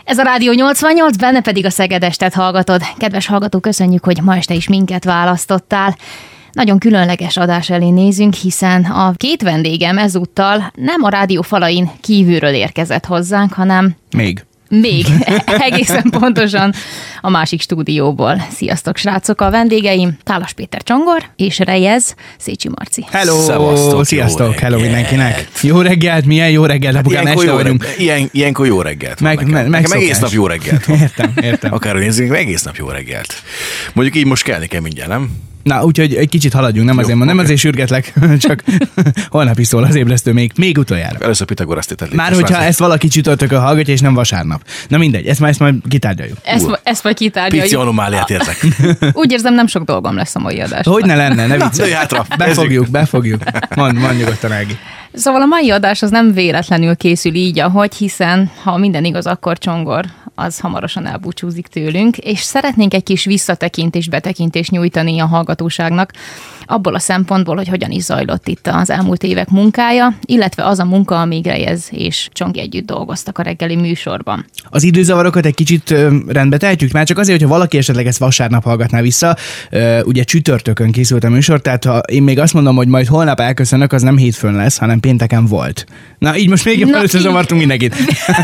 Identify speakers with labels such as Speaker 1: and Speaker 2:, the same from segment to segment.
Speaker 1: Ez a Rádió 88, benne pedig a Szegedestet hallgatod. Kedves hallgató, köszönjük, hogy ma este is minket választottál. Nagyon különleges adás elé nézünk, hiszen a két vendégem ezúttal nem a rádió falain kívülről érkezett hozzánk, hanem... Még, egészen pontosan a másik stúdióból. Sziasztok, srácok, a vendégeim Tálas Péter Csongor és Reyes Szécsi Marci.
Speaker 2: Hello,
Speaker 3: szevasztok,
Speaker 2: sziasztok, hello mindenkinek. Jó reggelt, milyen jó reggelt, apukám, este vagyunk.
Speaker 3: Ilyenkor jó reggelt. Nekem egész nap jó reggelt.
Speaker 2: Értem.
Speaker 3: Akár nézzük, egész nap jó reggelt. Mondjuk így most kelni kell mindjárt, nem?
Speaker 2: Na, úgyhogy egy kicsit haladjunk, nem azért sürgetlek, csak holnap is szól az ébresztő még utoljára.
Speaker 3: Először Pitagoraszt tételt.
Speaker 2: Már hogyha ezt valaki csütörtökön hallgatja, és nem vasárnap. Na mindegy, ezt majd kitárgyaljuk.
Speaker 1: Ezt majd kitárgyaljuk.
Speaker 3: Pici anomáliát értek.
Speaker 1: Úgy érzem, nem sok dolgom lesz a mai adásban.
Speaker 2: Hogy ne lenne, ne viccelj.
Speaker 3: Hátra.
Speaker 2: Befogjuk. Mondd nyugodtan, Ági.
Speaker 1: Szóval a mai adás az nem véletlenül készül így, ahogy, hiszen ha minden igaz, akkor Csongor az hamarosan elbúcsúzik tőlünk, és szeretnénk egy kis visszatekintést, betekintést nyújtani a hallgatóságnak, abból a szempontból, hogy hogyan is zajlott itt az elmúlt évek munkája, illetve az a munka, amíg Reyes és Csongi együtt dolgoztak a reggeli műsorban.
Speaker 2: Az időzavarokat egy kicsit rendbe tehetjük, már csak azért, hogyha valaki esetleg ezt vasárnap hallgatná vissza, ugye csütörtökön készült a műsor, tehát ha én még azt mondom, hogy majd holnap elköszönök, az nem hétfőn lesz, hanem pénteken volt. Na, így most még jobban összezavartunk mindenkit.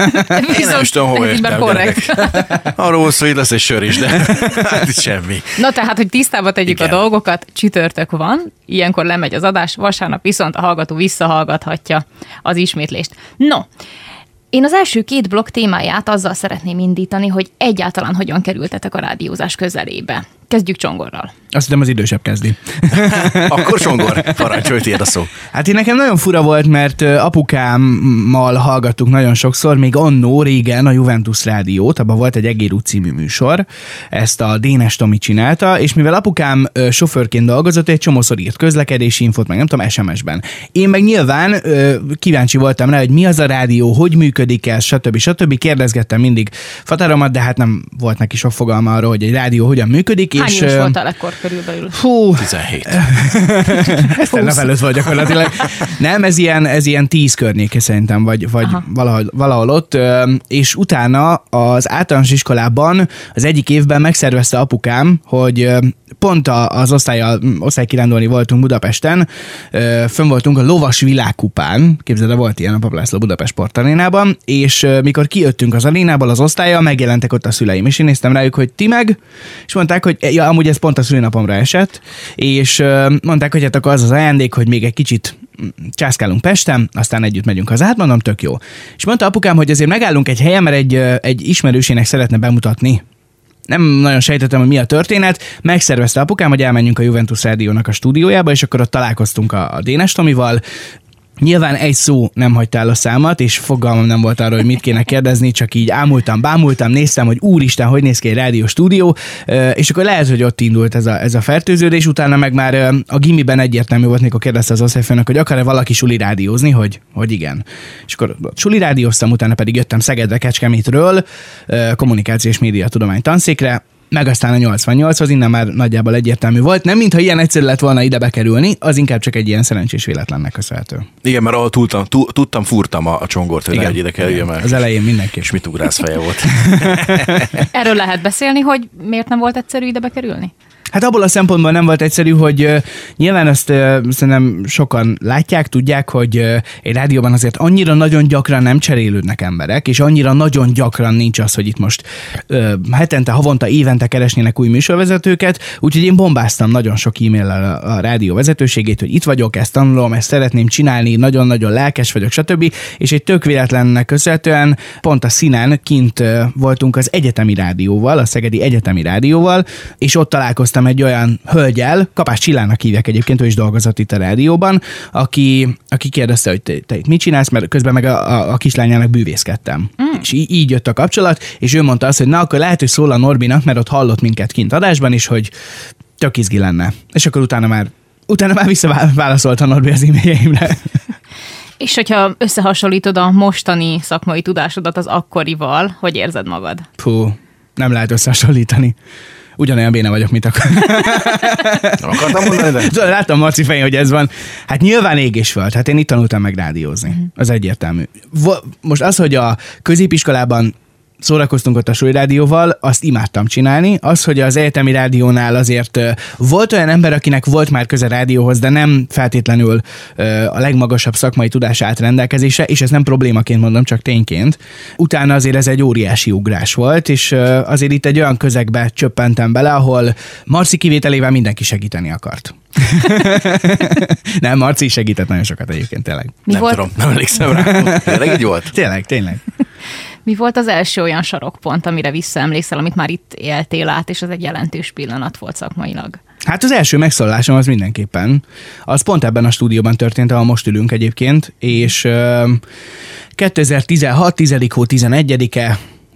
Speaker 3: Én nem is tudom, hova értem. Arról volt szó, hogy lesz egy sör is, de hát itt semmi.
Speaker 1: Na tehát, hogy tisztába tegyük
Speaker 3: Igen.
Speaker 1: a dolgokat, csütörtök van, ilyenkor lemegy az adás, vasárnap viszont a hallgató visszahallgathatja az ismétlést. No, én az első két blokk témáját azzal szeretném indítani, hogy egyáltalán hogyan kerültetek a rádiózás közelébe. Kezdjük Csongorral.
Speaker 2: Azt hiszem, az idősebb kezdi.
Speaker 3: Akkor Csongor, parancsolj, tiéd a szó.
Speaker 2: Hát én nekem nagyon fura volt, mert apukámmal hallgattuk nagyon sokszor, még annó régen a Juventus Rádiót, abban volt egy Egér út című műsor, ezt a Dénes Tomi csinálta, és mivel apukám sofőrként dolgozott, egy csomószor írt közlekedési infót, meg nem tudom, SMS-ben. Én meg nyilván kíváncsi voltam rá, hogy mi az a rádió, hogy működik ez, stb. Kérdezgettem mindig fatáromat, de hát nem volt neki sok fogalma arról, hogy egy rádió hogyan működik.
Speaker 1: Hány éves voltál ekkor körülbelül?
Speaker 3: 17.
Speaker 2: Ezt nap előtt volt gyakorlatilag. Nem, ez ilyen 10 környéke szerintem, vagy valahol ott, és utána az általános iskolában az egyik évben megszervezte apukám, hogy pont az osztálykirándulni voltunk Budapesten, fönn voltunk a lovas világkupán, képzeld, volt ilyen a Pap László Budapest Sportarénában, és mikor kijöttünk az arénából az osztállyal, megjelentek ott a szüleim, és én néztem rájuk, hogy ti meg, és mondták, hogy ja, amúgy ez pont a szülinapomra esett, és mondták, hogy hát akkor az ajándék, hogy még egy kicsit császkálunk Pesten, aztán együtt megyünk haza. Hát mondom, tök jó. És mondta apukám, hogy azért megállunk egy helyen, mert egy ismerősének szeretne bemutatni. Nem nagyon sejtettem, hogy mi a történet. Megszervezte apukám, hogy elmenjünk a Juventus Rádiónak a stúdiójába, és akkor ott találkoztunk a Dénes Tomival. Nyilván egy szó nem hagyta el a számat, és fogalmam nem volt arra, hogy mit kéne kérdezni, csak így bámultam, néztem, hogy úristen, hogy néz ki egy rádió stúdió, és akkor lehet, hogy ott indult ez a fertőződés, utána meg már a gimiben egyértelmű volt, mikor kérdezte az osztályfőnök, hogy akar-e valaki suli rádiózni, hogy igen. És akkor suli rádióztam, utána pedig jöttem Szegedre, Kecskemétről, kommunikációs média tudomány tanszékre, meg aztán a 88-hoz, innen már nagyjából egyértelmű volt. Nem mintha ilyen egyszerű lett volna ide bekerülni, az inkább csak egy ilyen szerencsés véletlennek köszönhető.
Speaker 3: Igen, mert ahol fúrtam a Csongort, hogy ide kerüljön el.
Speaker 2: Az elején mindenki.
Speaker 3: És mit ugrász feje volt.
Speaker 1: Erről lehet beszélni, hogy miért nem volt egyszerű ide bekerülni?
Speaker 2: Hát abból a szempontból nem volt egyszerű, hogy nyilván azt szerintem sokan látják, tudják, hogy egy rádióban azért annyira nagyon gyakran nem cserélődnek emberek, és annyira nagyon gyakran nincs az, hogy itt most hetente, havonta, évente keresnének új műsorvezetőket, úgyhogy én bombáztam nagyon sok e-maillel a rádió vezetőségét, hogy itt vagyok, ezt tanulom, ezt szeretném csinálni, nagyon-nagyon lelkes vagyok, stb. És egy tök véletlennek köszönhetően pont a színen kint voltunk az egyetemi rádióval, a Szegedi Egyetemi Rádióval, és ott találkoztam egy olyan hölgyel, Kapás Csillának hívják egyébként, ő is dolgozott itt a rádióban, aki kérdezte, hogy te itt mit csinálsz, mert közben meg a kislányának bűvészkedtem. És így jött a kapcsolat, és ő mondta azt, hogy na, akkor lehet, hogy szól a Norbinak, mert ott hallott minket kint adásban is, hogy tök izgi lenne. És akkor utána már visszaválaszolt a Norbi az e-mailjeimre.
Speaker 1: És hogyha összehasonlítod a mostani szakmai tudásodat az akkorival, hogy érzed magad?
Speaker 2: Nem lehet összehasonlítani. Ugyanolyan béna vagyok, mint akkor.
Speaker 3: Nem akartam mondani, de...
Speaker 2: Láttam Marci fején, hogy ez van. Hát nyilván ég és föld. Hát én itt tanultam meg rádiózni. Az egyértelmű. Most az, hogy a középiskolában szórakoztunk ott a Súlyrádióval, azt imádtam csinálni. Az, hogy az egyetemi rádiónál azért volt olyan ember, akinek volt már köze rádióhoz, de nem feltétlenül a legmagasabb szakmai tudás állt rendelkezésre, és ez nem problémaként mondom, csak tényként. Utána azért ez egy óriási ugrás volt, és azért itt egy olyan közegbe csöppentem bele, ahol Marci kivételével mindenki segíteni akart. Nem, Marci segített nagyon sokat egyébként, tényleg.
Speaker 3: Tudom, nem emlékszem rá. Tényleg így volt?
Speaker 2: Tényleg.
Speaker 1: Mi volt az első olyan sarokpont, amire visszaemlékszel, amit már itt éltél át, és az egy jelentős pillanat volt szakmailag?
Speaker 2: Hát az első megszólalásom az mindenképpen. Az pont ebben a stúdióban történt, ahol most ülünk egyébként, és 2016. 10. hó 11-e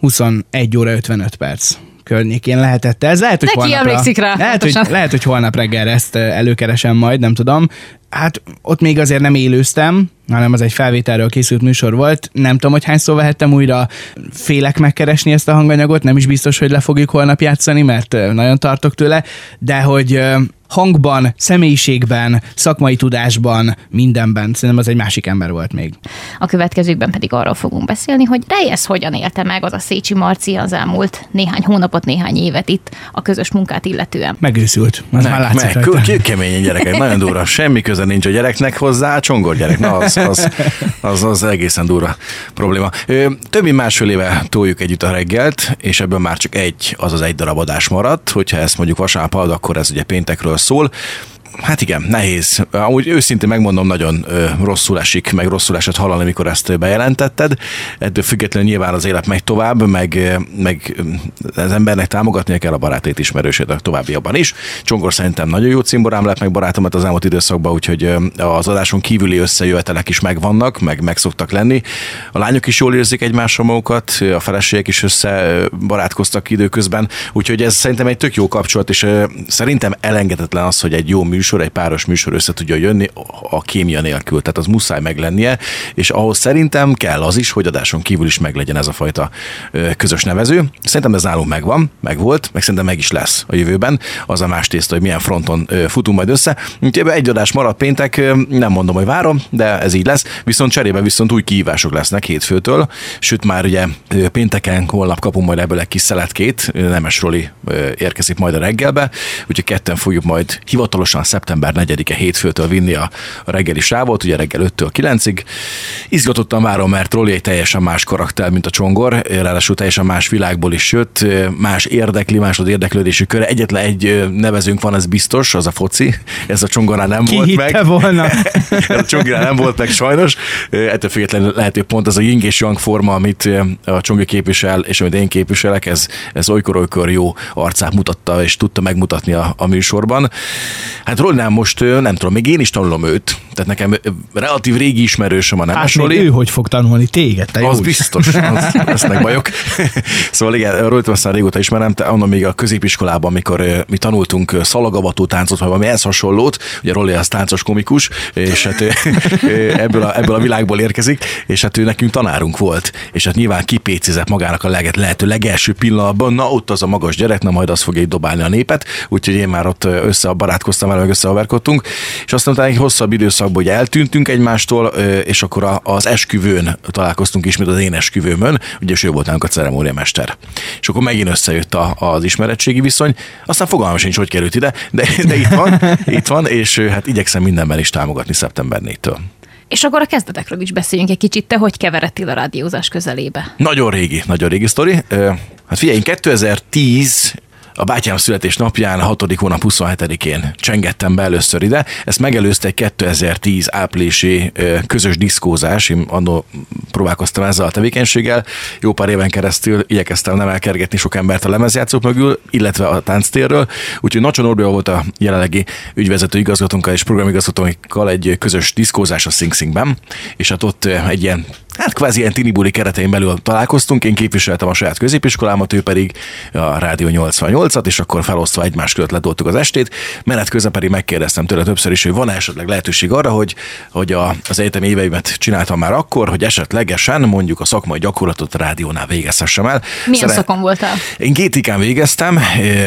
Speaker 2: 21 óra 55 perc környékén lehetett ez. Lehet, hogy
Speaker 1: emlékszik rá.
Speaker 2: Lehet, hogy holnap reggel ezt előkeresem majd, nem tudom. Hát ott még azért nem élőztem, hanem az egy felvételről készült műsor volt. Nem tudom, hogy hányszor vehettem újra, félek megkeresni ezt a hanganyagot, nem is biztos, hogy le fogjuk holnap játszani, mert nagyon tartok tőle, de hogy hangban, személyiségben, szakmai tudásban, mindenben. Szerintem az egy másik ember volt még.
Speaker 1: A következőkben pedig arról fogunk beszélni, hogy Reyes hogyan élte meg az a Szécsi Marci az elmúlt néhány hónapot, néhány évet itt a közös munkát illetően.
Speaker 2: Megőszült. Az már látszik rajta.
Speaker 3: Keményen gyerekek, nagyon durva. Semmi köze nincs a gyereknek hozzá, csongor gyerek. Na, az egészen durva probléma. Több mint másfél éve toljuk együtt a reggelt, és ebből már csak egy darab adás maradt. Hogyha ezt mondjuk vasárnap ad, akkor ez ugye péntekről szól. Hát igen, nehéz. Amúgy őszintén megmondom, nagyon rosszul esik, meg rosszul esett hallani, amikor ezt bejelentetted. Ettől függetlenül nyilván az élet megy tovább, meg az embernek támogatnia kell a barátét, ismerősét a továbbiakban is. Csongor szerintem nagyon jó cimborám lett meg barátomat az elmúlt időszakban, úgyhogy az adáson kívüli összejövetelek is megvannak, meg szoktak lenni. A lányok is jól érzik egymásra magukat, a feleségek is összebarátkoztak időközben, úgyhogy ez szerintem egy tök jó kapcsolat, és szerintem elengedhetetlen az, hogy egy jó műsor, egy páros műsor össze tudja jönni a kémia nélkül. Tehát az muszáj meglennie, és ahhoz szerintem kell az is, hogy adáson kívül is meglegyen ez a fajta közös nevező. Szerintem ez nálunk megvolt, meg szerintem meg is lesz a jövőben. Az a más tészta, hogy milyen fronton futunk majd össze. Úgyhogy egy adás maradt péntek, nem mondom, hogy várom, de ez így lesz. Viszont cserébe új kihívások lesznek hétfőtől, sőt már ugye pénteken, holnap kapunk majd ebből egy kis szeletkét, Nemes Roli érkezik majd a reggelbe, úgyhogy ketten fogjuk majd hivatalosan szeptember 4-e hétfőtől vinni a reggeli sávot, ugye reggel 5-től 9-ig. Izgatottan várom, mert Roli egy teljesen más karakter, mint a Csongor, ráadásul teljesen más világból is jött, más érdekli, másod érdeklődési köre. Egyetlen egy nevezőnk van, ez biztos, az a foci. Ez a Csongornál nem volt meg.
Speaker 2: Volna.
Speaker 3: Ez a Csongornál nem volt meg sajnos. Ettől függetlenül lehet, hogy pont az a yin és yang forma, amit a Csongi képvisel, és amit én képviselek, ez olykor jó arcát mutatta, és tudta megmutatni a műsorban. Hát Rolinál most nem tudom, még én is tanulom őt, tehát nekem relatív régi ismerősöm a Nemes Roli.
Speaker 2: Ő hogy fog tanulni téged, te jó?
Speaker 3: Az biztos, lesznek bajok. Szóval igen, Rolit aztán régóta ismerem, onnan még a középiskolában, amikor mi tanultunk szalagavató táncot, vagy valami ehhez hasonlót, ugye Roli az táncos komikus, és hát ebből a világból érkezik, és hát ő nekünk tanárunk volt, és hát nyilván kipécézett magának a lehető legelső pillanatban, na ott az a magas gyerek, na majd az fogja így dobálni a népet, úgyhogy én már ott barátkoztam vele, meg összehaverkodtunk, és aztán utána egy hosszabb időszakban, hogy eltűntünk egymástól, és akkor az esküvőn találkoztunk ismét, az én esküvőmön, ugye ő volt nálunk a ceremóniamester. És akkor megint összejött az ismeretségi viszony, aztán fogalmam sincs, hogy került ide, de itt van, és hát igyekszem mindenben is támogatni szeptember 4-től.
Speaker 1: És akkor a kezdetekről is beszéljünk egy kicsit, te hogy keveredtél a rádiózás közelébe?
Speaker 3: Nagyon régi sztori. Hát figyelj, én 2010 a bátyám születésnapján, 6. hónap 27-én csengettem be először ide. Ezt megelőzte egy 2010 áprilisi közös diszkózás. Én annól próbálkoztam ezzel a tevékenységgel. Jó pár éven keresztül igyekeztem nem elkergetni sok embert a lemezjátszók mögül, illetve a tánctérről. Úgyhogy Nacsa Norbival volt a jelenlegi ügyvezető igazgatónkkal és programigazgatónkkal egy közös diszkózás a Sing Singben, és hát ott egy ilyen kvázi ilyen tinibuli keretein belül találkoztunk, én képviseltem a saját középiskolámat, ő pedig a Rádió 88-at, és akkor felosztva egymás között letoltuk az estét. Menet közben pedig megkérdeztem tőle többször is, hogy van esetleg lehetőség arra, hogy az egyetemi éveimet csináltam már akkor, hogy esetlegesen mondjuk a szakmai gyakorlatot a rádiónál végezhessem el.
Speaker 1: Milyen szakon voltál?
Speaker 3: Én GTK-n végeztem,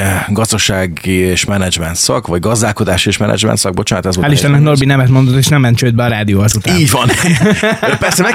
Speaker 3: gazdasági és menedzsment szak, vagy gazdálkodás és menedzsment szak, bocsánat, ez volt.
Speaker 2: Hál' Istennek Norbi nemet mondott, és nem ment csődbe a rádió azután.
Speaker 3: Így van. Persze megkérdezte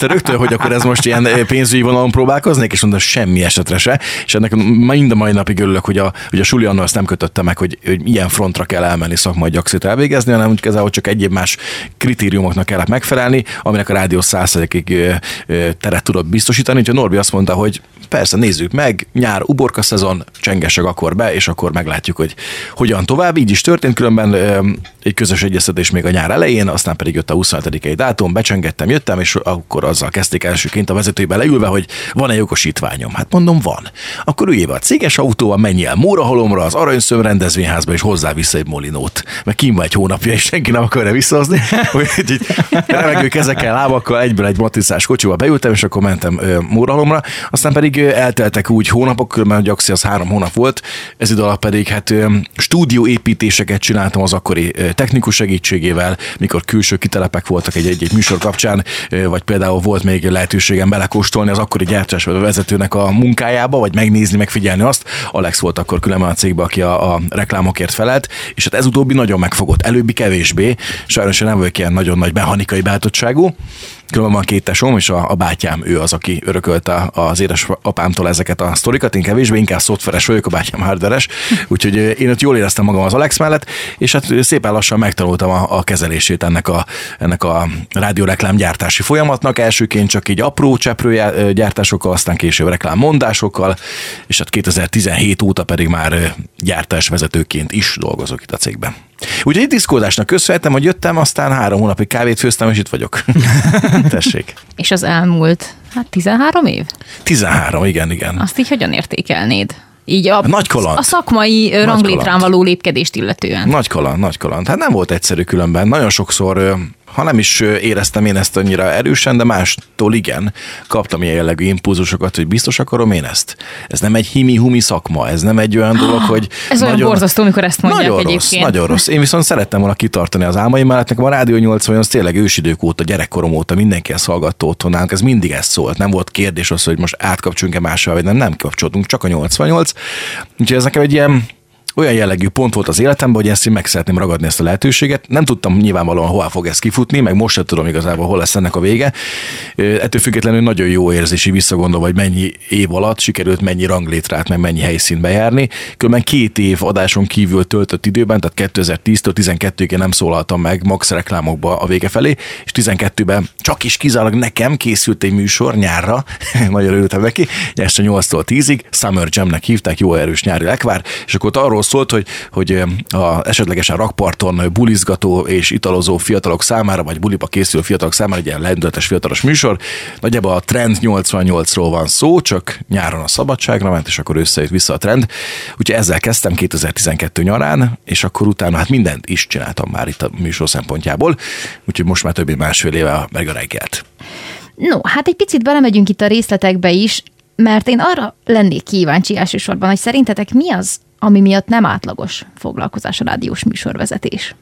Speaker 3: rögtön, hogy akkor ez most ilyen pénzügyi vonalon próbálkoznék, és mondom, semmi esetre se. És ennek mind a mai napig örülök, hogy a suli annól azt nem kötötte meg, hogy ilyen frontra kell elmenni szakmai gyakszit elvégezni, hanem úgy kezel, hogy csak egyéb más kritériumoknak kellett megfelelni, aminek a rádió 100%-ig teret tudott biztosítani. Úgyhogy Norbi azt mondta, hogy persze nézzük meg, nyár uborka szezon, csengesek akkor be, és akkor meglátjuk, hogy hogyan tovább. Így is történt, különben egy közös egyeztetés még a nyár elején, aztán pedig jött a 25-i dátum, becsengettem, jöttem, és akkor azzal kezdték elsőként a vezetőbe leülve, hogy van-e jogosítványom. Hát mondom, van. Akkor üljél be a céges autóval, menj el Mórahalomra, az Aranyszőm rendezvényházba, és hozzá vissza egy molinót. Mert kim van egy hónapja, és senki nem akarja visszahozni. Úgyhogy remegő kezekkel, lábakkal egyből egy matricás kocsival beültem, és akkor mentem Mórahalomra. Aztán pedig elteltek úgy hónapok, mert a Gyaxi az 3 hónap volt, ez idő alatt pedig stúdióépítéseket csináltam az akkori technikus segítségével, mikor külső kitelepek voltak egy műsor kapcsán, vagy például volt még lehetőségem belekóstolni az akkori gyártásvezetőnek a munkájába, vagy megnézni, megfigyelni azt. Alex volt akkor különben a cégben, aki a reklámokért felelt, és hát ez utóbbi nagyon megfogott, előbbi kevésbé, sajnos nem vagyok ilyen nagyon nagy mechanikai beállítottságú. Különben van 2 tesóm, és a bátyám, ő az, aki örökölte az édesapámtól ezeket a sztorikat, én kevésbé, inkább szoftveres vagyok, a bátyám hardveres, úgyhogy én ott jól éreztem magam az Alex mellett, és hát szépen lassan megtanultam a kezelését ennek a rádióreklámgyártási folyamatnak, elsőként csak így apró cseprő gyártásokkal, aztán később reklámmondásokkal, és hát 2017 óta pedig már gyártásvezetőként is dolgozok itt a cégben. Úgyhogy egy diszkózásnak köszönhetem, hogy jöttem, aztán 3 hónapig kávét főztem, és itt vagyok. Tessék.
Speaker 1: És az elmúlt, 13 év?
Speaker 3: 13, igen.
Speaker 1: Azt így hogyan értékelnéd? Így a szakmai ranglétrán való lépkedést illetően.
Speaker 3: Nagy kaland. Hát nem volt egyszerű különben. Nagyon sokszor, ha nem is éreztem én ezt annyira erősen, de mástól igen, kaptam ilyen jellegű impulzusokat, hogy biztos akarom én ezt. Ez nem egy himi-humi szakma, ez nem egy olyan dolog, hogy...
Speaker 1: Ez olyan borzasztó, amikor ezt mondják egyébként.
Speaker 3: Nagyon rossz. Én viszont szerettem volna kitartani az álmaim mellett. Nekem a Rádió 88 tényleg ősidők óta, gyerekkorom óta mindenki ezt hallgatta otthon nálunk, ez mindig ezt szólt. Nem volt kérdés az, hogy most átkapcsolunk-e mással, vagy nem kapcsoltunk, csak a 88. Úgyhogy ez nekem egy ilyen olyan jellegű pont volt az életemben, hogy ezt én meg szeretném ragadni ezt a lehetőséget. Nem tudtam nyilvánvalóan, hová fog ez kifutni, meg most sem tudom igazából, hol lesz ennek a vége. Ettől függetlenül nagyon jó érzési visszagondolva, hogy mennyi év alatt sikerült mennyi ranglétrát, meg mennyi helyszínt bejárni. Különben 2 év adáson kívül töltött időben, tehát 2010-től 12-ig nem szólaltam meg Max reklámokba a vége felé, és 12-ben csak is kizárólag nekem készült egy műsor nyárra, nagyon örültem neki, este 8-tól 10-ig, Summer Jam-nek hívták, jó erős nyári lekvár, és akkor arról szólt, hogy esetlegesen rakparton bulizgató és italozó fiatalok számára, vagy buliba készülő fiatalok számára egy ilyen lendületes fiatalos műsor. Nagyjából a Trend 88-ról van szó, csak nyáron a szabadságra ment, és akkor összejött vissza a trend. Úgyhogy ezzel kezdtem 2012 nyarán, és akkor utána hát mindent is csináltam már itt a műsor szempontjából, úgyhogy most már több mint másfél éve meg a reggelt.
Speaker 1: No, hát egy picit belemegyünk itt a részletekbe is, mert én arra lennék kíváncsi elsősorban, hogy szerintetek mi az, ami miatt nem átlagos foglalkozás a rádiós műsorvezetés.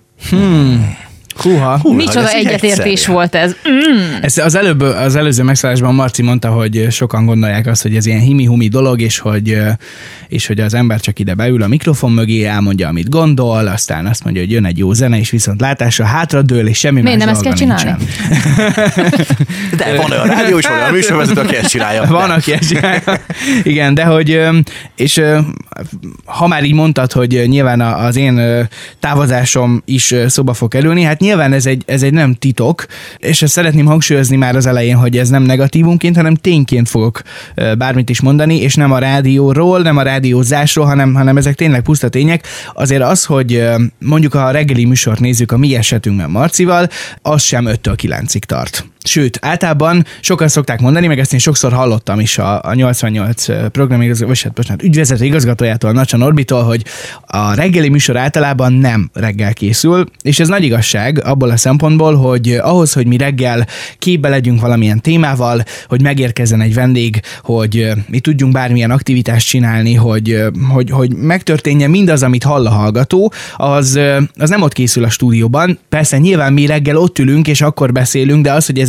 Speaker 2: Húha.
Speaker 1: Micsoda egyetértés volt ez.
Speaker 2: Ez az előző megszállásban Marci mondta, hogy sokan gondolják azt, hogy ez ilyen himi-humi dolog, és hogy az ember csak ide beül a mikrofon mögé, elmondja, amit gondol, aztán azt mondja, hogy jön egy jó zene, és viszont látásra hátradől, és semmi más
Speaker 1: nem ezt kell csinálni?
Speaker 3: De van olyan rádió, és van olyan műsorvezető, aki ezt csinálja.
Speaker 2: Van, aki ezt csinálja. Igen, de hogy, és ha már így mondtad, hogy nyilván az én távozásom is szóba fog kerülni, hát nyilván ez egy nem titok, és ezt szeretném hangsúlyozni már az elején, hogy ez nem negatívumként, hanem tényként fogok bármit is mondani, és nem a rádióról, nem a rádiózásról, hanem ezek tényleg puszta tények. Azért az, hogy mondjuk a reggeli műsort nézzük a mi esetünkben Marcival, az sem 5-től 9-ig tart. Sőt, általában sokan szokták mondani, meg ezt én sokszor hallottam is a 88 ügyvezető igazgatójától, Nacsa Norbitól, hogy a reggeli műsor általában nem reggel készül, és ez nagy igazság abból a szempontból, hogy ahhoz, hogy mi reggel képbe legyünk valamilyen témával, hogy megérkezzen egy vendég, hogy mi tudjunk bármilyen aktivitást csinálni, hogy megtörténjen mindaz, amit hall a hallgató, az nem ott készül a stúdióban. Persze nyilván mi reggel ott ülünk, és akkor beszélünk, de az, hogy ez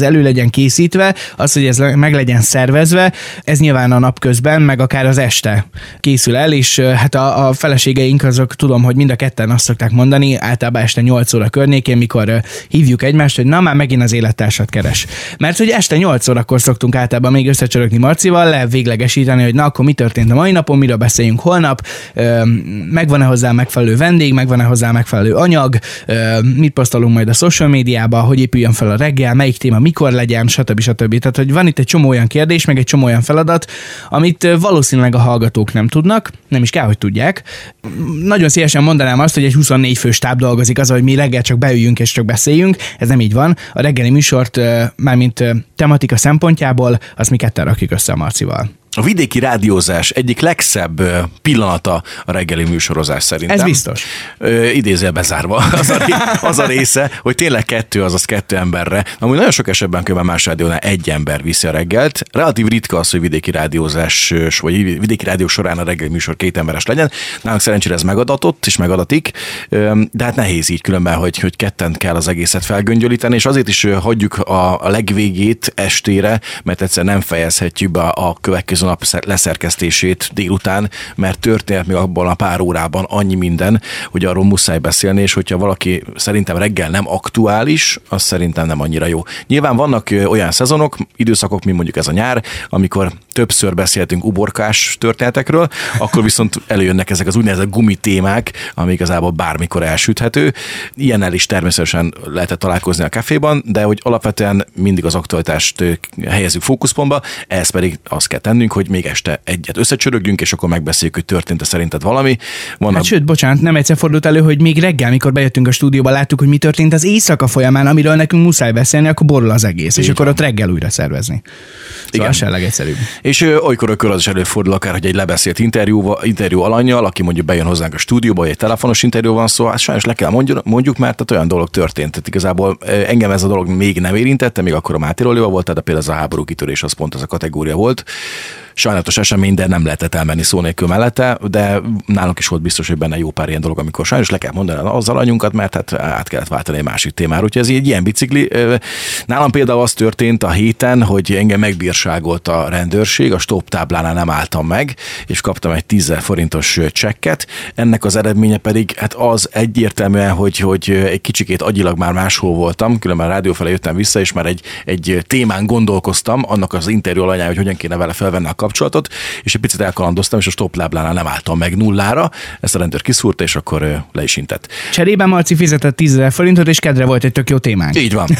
Speaker 2: elő legyen készítve, az, hogy ez meg legyen szervezve, ez nyilván a nap közben, meg akár az este készül el, és hát a feleségeink azok tudom, hogy mind a ketten azt szokták mondani, általában este 8 óra környékén, mikor hívjuk egymást, hogy na már megint az élettársat keres. Mert hogy este 8 órakor szoktunk általában még összecsörögni Marcival, lehet véglegesíteni, hogy na akkor mi történt a mai napon, miről beszéljünk holnap, megvan-e hozzá megfelelő vendég, megvan-e hozzá megfelelő anyag, mit posztolunk majd a social médiába, hogy épüljön fel a reggel, melyik téma mikor legyen, stb. Tehát, hogy van itt egy csomó olyan kérdés, meg egy csomó olyan feladat, amit valószínűleg a hallgatók nem tudnak, nem is kell, hogy tudják. Nagyon szívesen mondanám azt, hogy egy 24 fő stáb dolgozik az, hogy mi reggel csak beüljünk és csak beszéljünk. Ez nem így van. A reggeli műsort, mármint tematika szempontjából, azt mi ketten rakjuk össze a Marcival.
Speaker 3: A vidéki rádiózás egyik legszebb pillanata a reggeli műsorozás szerintem.
Speaker 2: Ez biztos.
Speaker 3: Idézőjelbe zárva az a része, hogy tényleg kettő emberre. Amúgy nagyon sok esetben különben más rádiónál egy ember viszi a reggelt. Relatív ritka az, hogy vidéki rádiózás, vagy vidéki rádió során a reggeli műsor 2 emberes legyen. Nálunk szerencsére ez megadatott és megadatik, de hát nehéz így különben, hogy ketten kell az egészet felgöngyölíteni, és azért is hagyjuk a legvégét estére, mert egyszer nem fejezhetjük be a következő nap leszerkesztését délután, mert történt még abban a pár órában annyi minden, hogy arról muszáj beszélni, és hogyha valaki szerintem reggel nem aktuális, az szerintem nem annyira jó. Nyilván vannak olyan szezonok, időszakok, mint mondjuk ez a nyár, amikor többször beszéltünk uborkás történetekről, akkor viszont előjönnek ezek az úgynevezett gumitémák, ami igazából bármikor elsüthető. Ilyennel is természetesen lehetett találkozni a kávéban, de hogy alapvetően mindig az aktualitást helyezzük fókuszpontba, ehhez pedig azt kell tennünk, hogy még este egyet összecsörögjünk, és akkor megbeszéljük, hogy történt-e szerinted valami.
Speaker 2: Hát sőt, bocsánat, nem egyszer fordult elő, hogy még reggel, mikor bejöttünk a stúdióba, láttuk, hogy mi történt az éjszaka folyamán, amiről nekünk muszáj beszélni, akkor borul az egész, és akkor ott reggel újra szervezni. Szóval az sem legegyszerűbb.
Speaker 3: És olykor az is előfordul akár, hogy egy lebeszélt interjú alannyal, aki mondjuk bejön hozzánk a stúdióba, vagy egy telefonos interjú van szó, hát sajnos le kell mondjuk, mert tehát olyan dolog történt. Tehát igazából engem ez a dolog még nem érintette, még akkor a Máté Lolival volt, tehát például az a háború kitörés az pont az a kategória volt. Sajnálatos esemény, de nem lehetett elmenni szó nélkül mellette, de nálunk is volt biztos, hogy benne jó pár ilyen dolog, amikor sajnos le kell mondani az alanyunkat, mert hát át kellett váltani egy másik témára. Úgyhogy ez egy ilyen bicikli. Nálam például az történt a héten, hogy engem megbírságolt a rendőrség, a stop táblánál nem álltam meg, és kaptam egy 10 000 forintos csekket. Ennek az eredménye pedig hát az egyértelműen, hogy egy kicsikét agyilag már máshol voltam, különben a rádió felé jöttem vissza, és már egy témán gondolkoztam, annak az interjú alanyán, hogy hogyan kéne vele felvenni a kapcsolatot, és egy picit elkalandoztam, és a stopláblánál nem álltam meg nullára, ezt a rendőr kiszúrta, és akkor le is intett.
Speaker 2: Cserében Marci fizetett 10 000 forintot, és kedre volt egy tök jó témánk.
Speaker 3: Így van.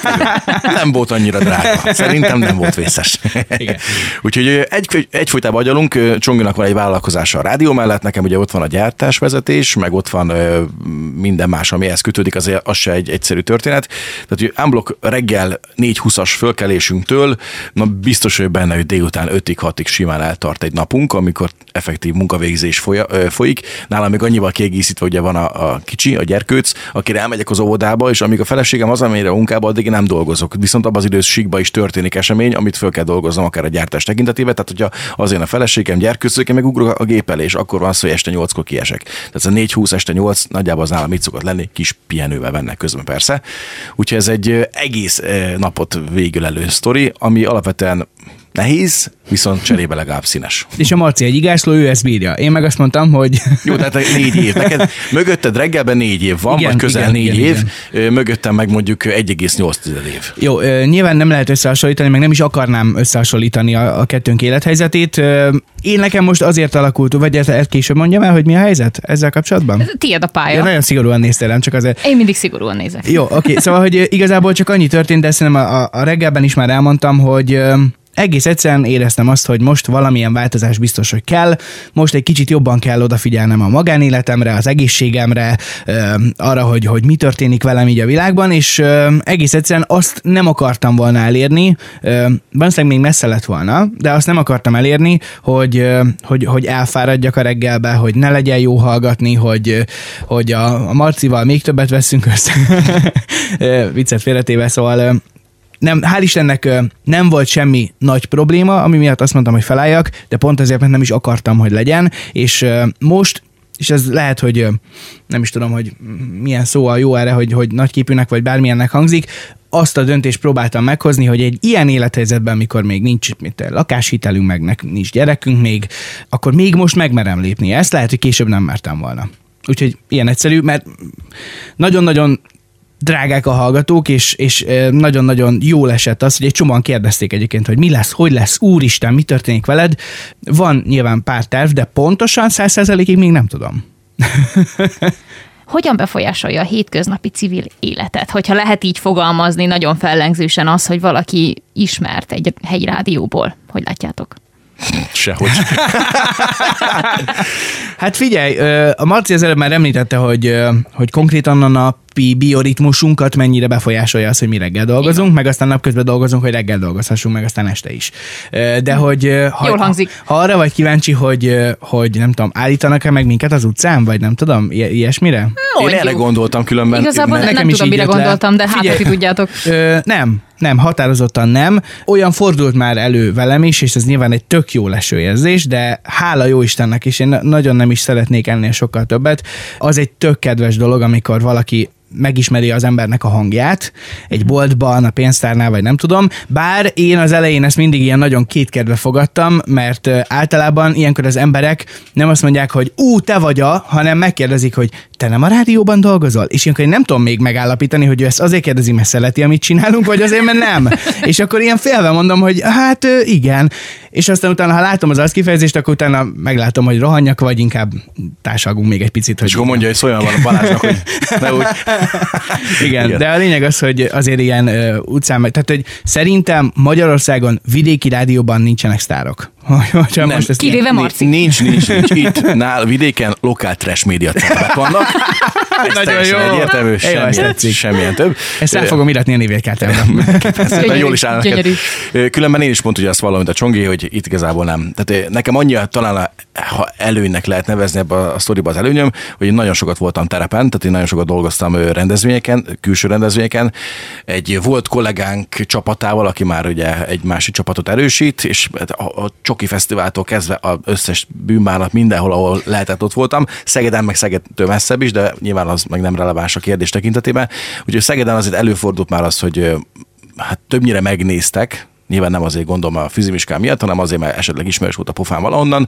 Speaker 3: Nem volt annyira drága. Szerintem nem volt vészes. Igen. Úgyhogy egyfolytában agyalunk, Csonginak van egy vállalkozása a rádió mellett, nekem ugye ott van a gyártásvezetés, meg ott van minden más, ami ehhez kötődik, az se egy egyszerű történet. Tehát, hogy unblock reggel 4:20-as fölkelésünktől, na biztos, hogy benne, hogy délután 5-6-ig simán eltart egy napunk, amikor effektív munkavégzés folyik. Nálam még annyival kiegészítve, ugye van a kicsi, a gyerkőc, akire elmegyek az óvodába, és amíg a feleségem hazamegy a munkába, addig én nem dolgozok. Viszont abban az időségben is történik esemény, amit föl kell dolgoznom akár a gyártás tekintetében. Tehát, hogyha azért a feleségem gyerkőcök, én meg ugrok a gép elé, és akkor van szó, hogy este 8-kor kiesek. Tehát ez a 4:20 este 8 nagyjából az nálam mit szokott lenni, kis pihenővel vennek közben persze. Úgyhogy ez egy egész napot végülelő sztori, ami alapvetően nehéz, viszont cserébe legalább színes.
Speaker 2: És a Marci egy igászló, ő ezt bírja. Én meg azt mondtam, hogy...
Speaker 3: Jó, tehát 4 év. Neked mögötted reggelben 4 év van, igen, vagy közel 4 év. Igen. Mögöttem meg mondjuk 1,8 év.
Speaker 2: Jó, nyilván nem lehet összehasonlítani, meg nem is akarnám összehasonlítani a kettőnk élethelyzetét. Én nekem most azért alakult, vagy ezt később mondjam el, hogy mi a helyzet ezzel kapcsolatban?
Speaker 1: Tiéd a pálya.
Speaker 2: Ja, nagyon szigorúan néztél rám, csak azért.
Speaker 1: Én mindig szigorúan nézek.
Speaker 2: Jó, oké. Szóval, hogy igazából csak annyi történt, de szerintem a reggelben is már elmondtam, hogy egész egyszerűen éreztem azt, hogy most valamilyen változás biztos, hogy kell. Most egy kicsit jobban kell odafigyelnem a magánéletemre, az egészségemre, arra, hogy mi történik velem így a világban, és egész egyszerűen azt nem akartam volna elérni, valószínűleg még messze lett volna, de azt nem akartam elérni, hogy elfáradjak a reggelbe, hogy ne legyen jó hallgatni, hogy a Marcival még többet veszünk össze. Viccet félretéve, szóval nem, hál' Istennek nem volt semmi nagy probléma, ami miatt azt mondtam, hogy felálljak, de pont ezért, mert nem is akartam, hogy legyen, és most és ez lehet, hogy nem is tudom, hogy milyen szó a jó erre, hogy nagyképűnek vagy bármilyennek hangzik, azt a döntést próbáltam meghozni, hogy egy ilyen élethelyzetben, mikor még nincs lakáshitelünk, meg nincs gyerekünk még, akkor még most megmerem lépni ezt, lehet, hogy később nem mertem volna. Úgyhogy ilyen egyszerű, mert nagyon-nagyon drágák a hallgatók, és nagyon-nagyon jól esett az, hogy egy csomóan kérdezték egyébként, hogy mi lesz, hogy lesz, úristen, mi történik veled. Van nyilván pár terv, de pontosan 100%-ig még nem tudom.
Speaker 1: Hogyan befolyásolja a hétköznapi civil életet, hogyha lehet így fogalmazni nagyon fellengzősen az, hogy valaki ismert egy helyi rádióból? Hogy látjátok?
Speaker 3: Sehogy.
Speaker 2: Hát figyelj, a Marci az előbb már említette, hogy konkrétan a napi bioritmusunkat mennyire befolyásolja az, hogy mi reggel dolgozunk, meg aztán napközben dolgozunk, hogy reggel dolgozhassunk, meg aztán este is. De hogy
Speaker 1: jól hangzik.
Speaker 2: Ha arra vagy kíváncsi, hogy nem tudom, állítanak-e meg minket az utcán, vagy nem tudom, ilyesmire?
Speaker 3: Én erre gondoltam különben.
Speaker 1: Igazából nem tudom, mire gondoltam, de hát, hogy tudjátok.
Speaker 2: Nem, határozottan nem. Olyan fordult már elő velem is, és ez nyilván egy tök jó leső érzés, de hála jó Istennek is, én nagyon nem is szeretnék ennél sokkal többet. Az egy tök kedves dolog, amikor valaki megismeri az embernek a hangját egy boltban, a pénztárnál, vagy nem tudom. Bár én az elején ezt mindig ilyen nagyon kétkedve fogadtam, mert általában ilyenkor az emberek nem azt mondják, hogy te vagy hanem megkérdezik, hogy te nem a rádióban dolgozol? És ilyenkor én nem tudom még megállapítani, hogy ő ezt azért kérdezi, mert szereti, amit csinálunk, vagy azért, mert nem. És akkor ilyen félve mondom, hogy hát igen. És aztán utána, ha látom az arckifejezést, akkor utána meglátom, hogy rohanjak, vagy inkább társalgunk még egy picit.
Speaker 3: És akkor mondja, hogy szóljon van a Balázsnak, hogy ne úgy.
Speaker 2: Igen, de a lényeg az, hogy azért ilyen utcán, tehát hogy szerintem Magyarországon vidéki rádióban nincsenek sztárok.
Speaker 1: Nem, kivéve Marci.
Speaker 3: Nincs. Itt vidéken lokál trash média csatornák vannak.
Speaker 2: Nagyon jó.
Speaker 3: Egyértelmű, semmilyen több.
Speaker 2: Ezt el fogom iratni a névjegykártyámra.
Speaker 3: Jól is áll neked. Különben én is pont ugye azt vallom, mint a Csongi, hogy itt igazából nem. Tehát nekem annyi, talán ha előnynek lehet nevezni ebbe a sztoriba az előnyöm, hogy én nagyon sokat voltam terepen, tehát én nagyon sokat dolgoztam rendezvényeken, külső rendezvényeken. Egy volt kollégánk csapatával, aki már ugye egy másik csapatot erősít, és a Csoki Fesztiváltól kezdve az összes bűnbánat mindenhol, ahol lehetett, ott voltam. Szegeden meg Szegedtől messzebb is, de nyilván az meg nem releváns a kérdés tekintetében. Úgyhogy Szegeden azért előfordult már az, hogy hát többnyire megnéztek, nyilván nem azért gondolom a fűzimiskán miatt, hanem azért, mert esetleg ismerős volt a pofán valahonnan.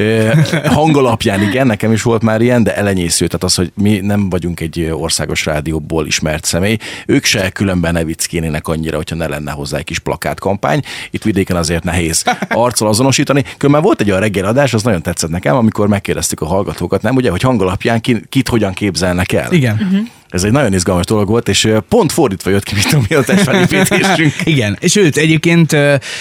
Speaker 3: Hangalapján igen, nekem is volt már ilyen, de elenyésző, tehát az, hogy mi nem vagyunk egy országos rádióból ismert személy. Ők se különben ne vicckénének annyira, hogyha ne lenne hozzá egy kis plakátkampány. Itt vidéken azért nehéz arccal azonosítani. Különben volt egy olyan reggeladás, az nagyon tetszett nekem, amikor megkérdeztük a hallgatókat, nem ugye, hogy hangalapján kit hogyan képzelnek el.
Speaker 2: Igen.
Speaker 3: Ez egy nagyon izgalmas dolog volt, és pont fordítva jött ki, mint a mi a testfelépítésünk.
Speaker 2: Igen, és őt egyébként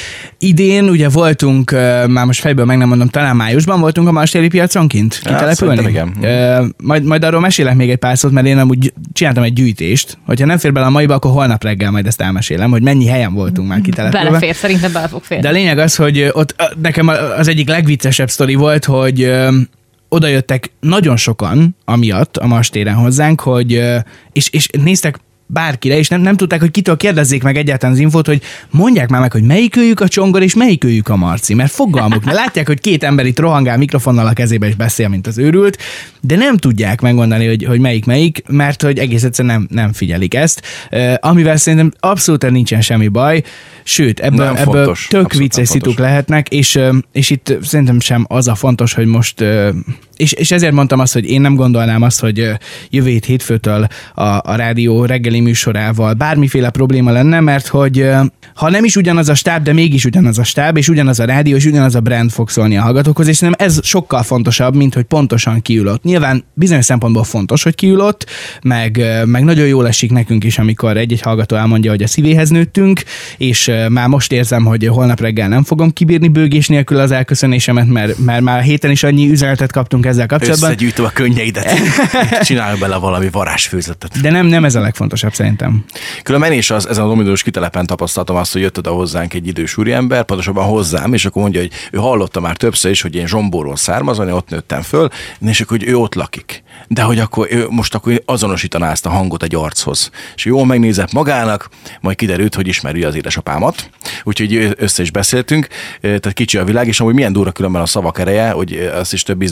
Speaker 2: idén ugye voltunk, már most fejből meg nem mondom, talán májusban voltunk a Marstéri piacon kint kitelepülni.
Speaker 3: Igen.
Speaker 2: Majd arról mesélek még egy pár szót, mert én amúgy csináltam egy gyűjtést. Hogyha nem fér bele a maiba, akkor holnap reggel majd ezt elmesélem, hogy mennyi helyen voltunk már kitelepülve.
Speaker 1: Belefér, szerintem bele fog férni.
Speaker 2: De a lényeg az, hogy ott nekem az egyik legviccesebb sztori volt, hogy oda jöttek nagyon sokan amiatt a Marstéren hozzánk, hogy, és néztek bárkire, és nem tudták, hogy kitől kérdezzék meg egyáltalán az infót, hogy mondják már meg, hogy melyikőjük a Csongor, és melyikőjük a Marci, mert fogalmuk, mert látják, hogy két ember itt rohangál mikrofonnal a kezébe, és beszél, mint az őrült, de nem tudják megmondani, hogy melyik, mert hogy egész egyszerűen nem figyelik ezt, amivel szerintem abszolút nincsen semmi baj, sőt, ebből tök vicces szituk lehetnek, és itt szerintem sem az a fontos, hogy most, és ezért mondtam azt, hogy én nem gondolnám azt, hogy jövő hétfőtől a rádió reggeli műsorával bármiféle probléma lenne, mert hogy ha nem is ugyanaz a stáb, de mégis ugyanaz a stáb, és ugyanaz a rádió, és ugyanaz a brand fog szólni a hallgatókhoz, és szerintem ez sokkal fontosabb, mint hogy pontosan kiül ott. Nyilván bizonyos szempontból fontos, hogy kiül ott, meg nagyon jól esik nekünk is, amikor egy-egy hallgató elmondja, hogy a szívéhez nőttünk, és már most érzem, hogy holnap reggel nem fogom kibírni bőgés nélkül az elköszönésemet, mert már a héten is annyi üzenetet kaptunk ezzel kapcsolatban.
Speaker 3: Összegyűjtöm a könnyeidet, csinálj bele valami varázsfőzetet.
Speaker 2: De nem ez a legfontosabb szerintem.
Speaker 3: Különben én is ezen a dominós kitelepen tapasztaltam azt, hogy jött oda hozzánk egy idős úriember, pontosabban hozzám, és akkor mondja, hogy ő hallotta már többször is, hogy én Zsombóról származom, ott nőttem föl, és akkor, hogy ő ott lakik. De hogy akkor ő most akkor azonosítaná ezt a hangot egy archoz. És jól megnézett magának, majd kiderült, hogy ismeri az édesapámat. Úgyhogy össze is beszéltünk, tehát kicsi a világ, és amúgy milyen durva különben a szavak ereje, hogy azt is több ízben szoktam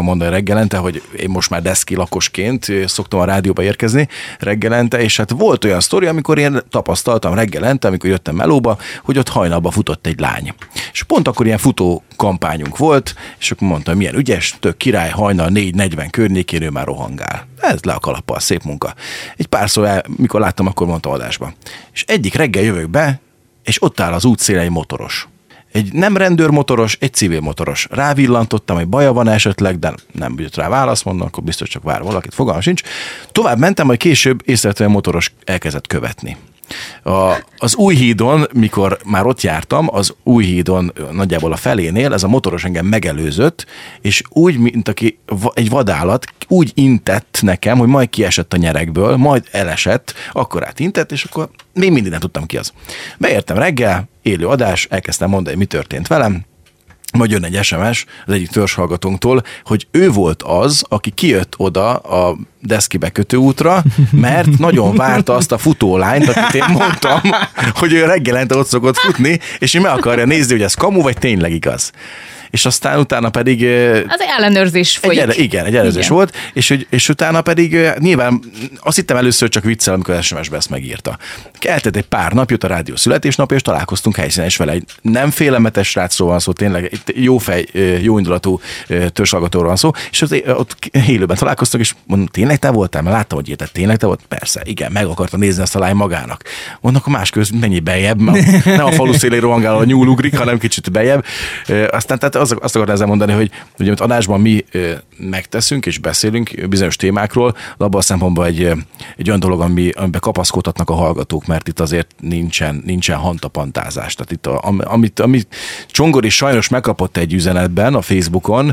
Speaker 3: mondani reggelente, hogy én most már deszki lakosként szoktam a rádióba érkezni reggelente, és hát volt olyan sztori, amikor én tapasztaltam reggelente, amikor jöttem melóba, hogy ott hajnalba futott egy lány. És pont akkor ilyen futó kampányunk volt, és akkor mondtam, milyen ügyes, tök király, hajnal 4:40 környékén ő már rohangál. Ez le a kalappal, szép munka. Egy párszor, mikor láttam, akkor mondta adásba. És egyik reggel jövök be, és ott áll az útszélen egy motoros. Egy nem rendőrmotoros, egy civil motoros. Rávillantottam, hogy baja van esetleg, de nem jött rá választ, mondom, akkor biztos csak vár valakit, fogalmam sincs. Tovább mentem, majd később észrevetően motoros elkezdett követni. Az Újhídon, mikor már ott jártam, az Újhídon nagyjából a felénél, ez a motoros engem megelőzött, és úgy, mint aki egy vadállat, úgy intett nekem, hogy majd kiesett a nyerekből, majd elesett, akkor átintett, és akkor még mindig nem tudtam ki az. Beértem reggel, élő adás, elkezdtem mondani, hogy mi történt velem, majd jön egy SMS az egyik törzshallgatónktól, hogy ő volt az, aki kijött oda a deszki bekötőútra, mert nagyon várta azt a futólányt, akit én mondtam, hogy ő reggelente ott szokott futni, és ő meg akarja nézni, hogy ez kamu, vagy tényleg igaz. És aztán utána pedig...
Speaker 1: Az ellenőrzés folyik.
Speaker 3: Igen, egy ellenőrzés volt, és utána pedig nyilván azt hittem először csak viccel, amikor SMS-be ezt megírta. Eltelt egy pár nap, jött a rádió születésnapja, és találkoztunk helyszínen, és vele egy nem félelmetes srácról van szó, tényleg jó fej, jó indulatú törzshallgatóról van szó, és ott élőben találkoztunk, és mondom, tényleg te voltál? Mert láttam, hogy érted, tényleg te volt? Persze, igen, meg akarta nézni azt a lány magának. Mondom, akkor más közben mennyi bejebb, nem a falu szélén rohangál, a nyúl ugrik, hanem kicsit bejebb. Aztán tehát azt akartam ezzel mondani, hogy ugye, amit adásban mi megteszünk és beszélünk bizonyos témákról, de abban a szempontból egy olyan dolog, amiben kapaszkodhatnak a hallgatók, mert itt azért nincsen hantapantázás. Tehát itt amit Csongor is sajnos megkapott egy üzenetben a Facebookon,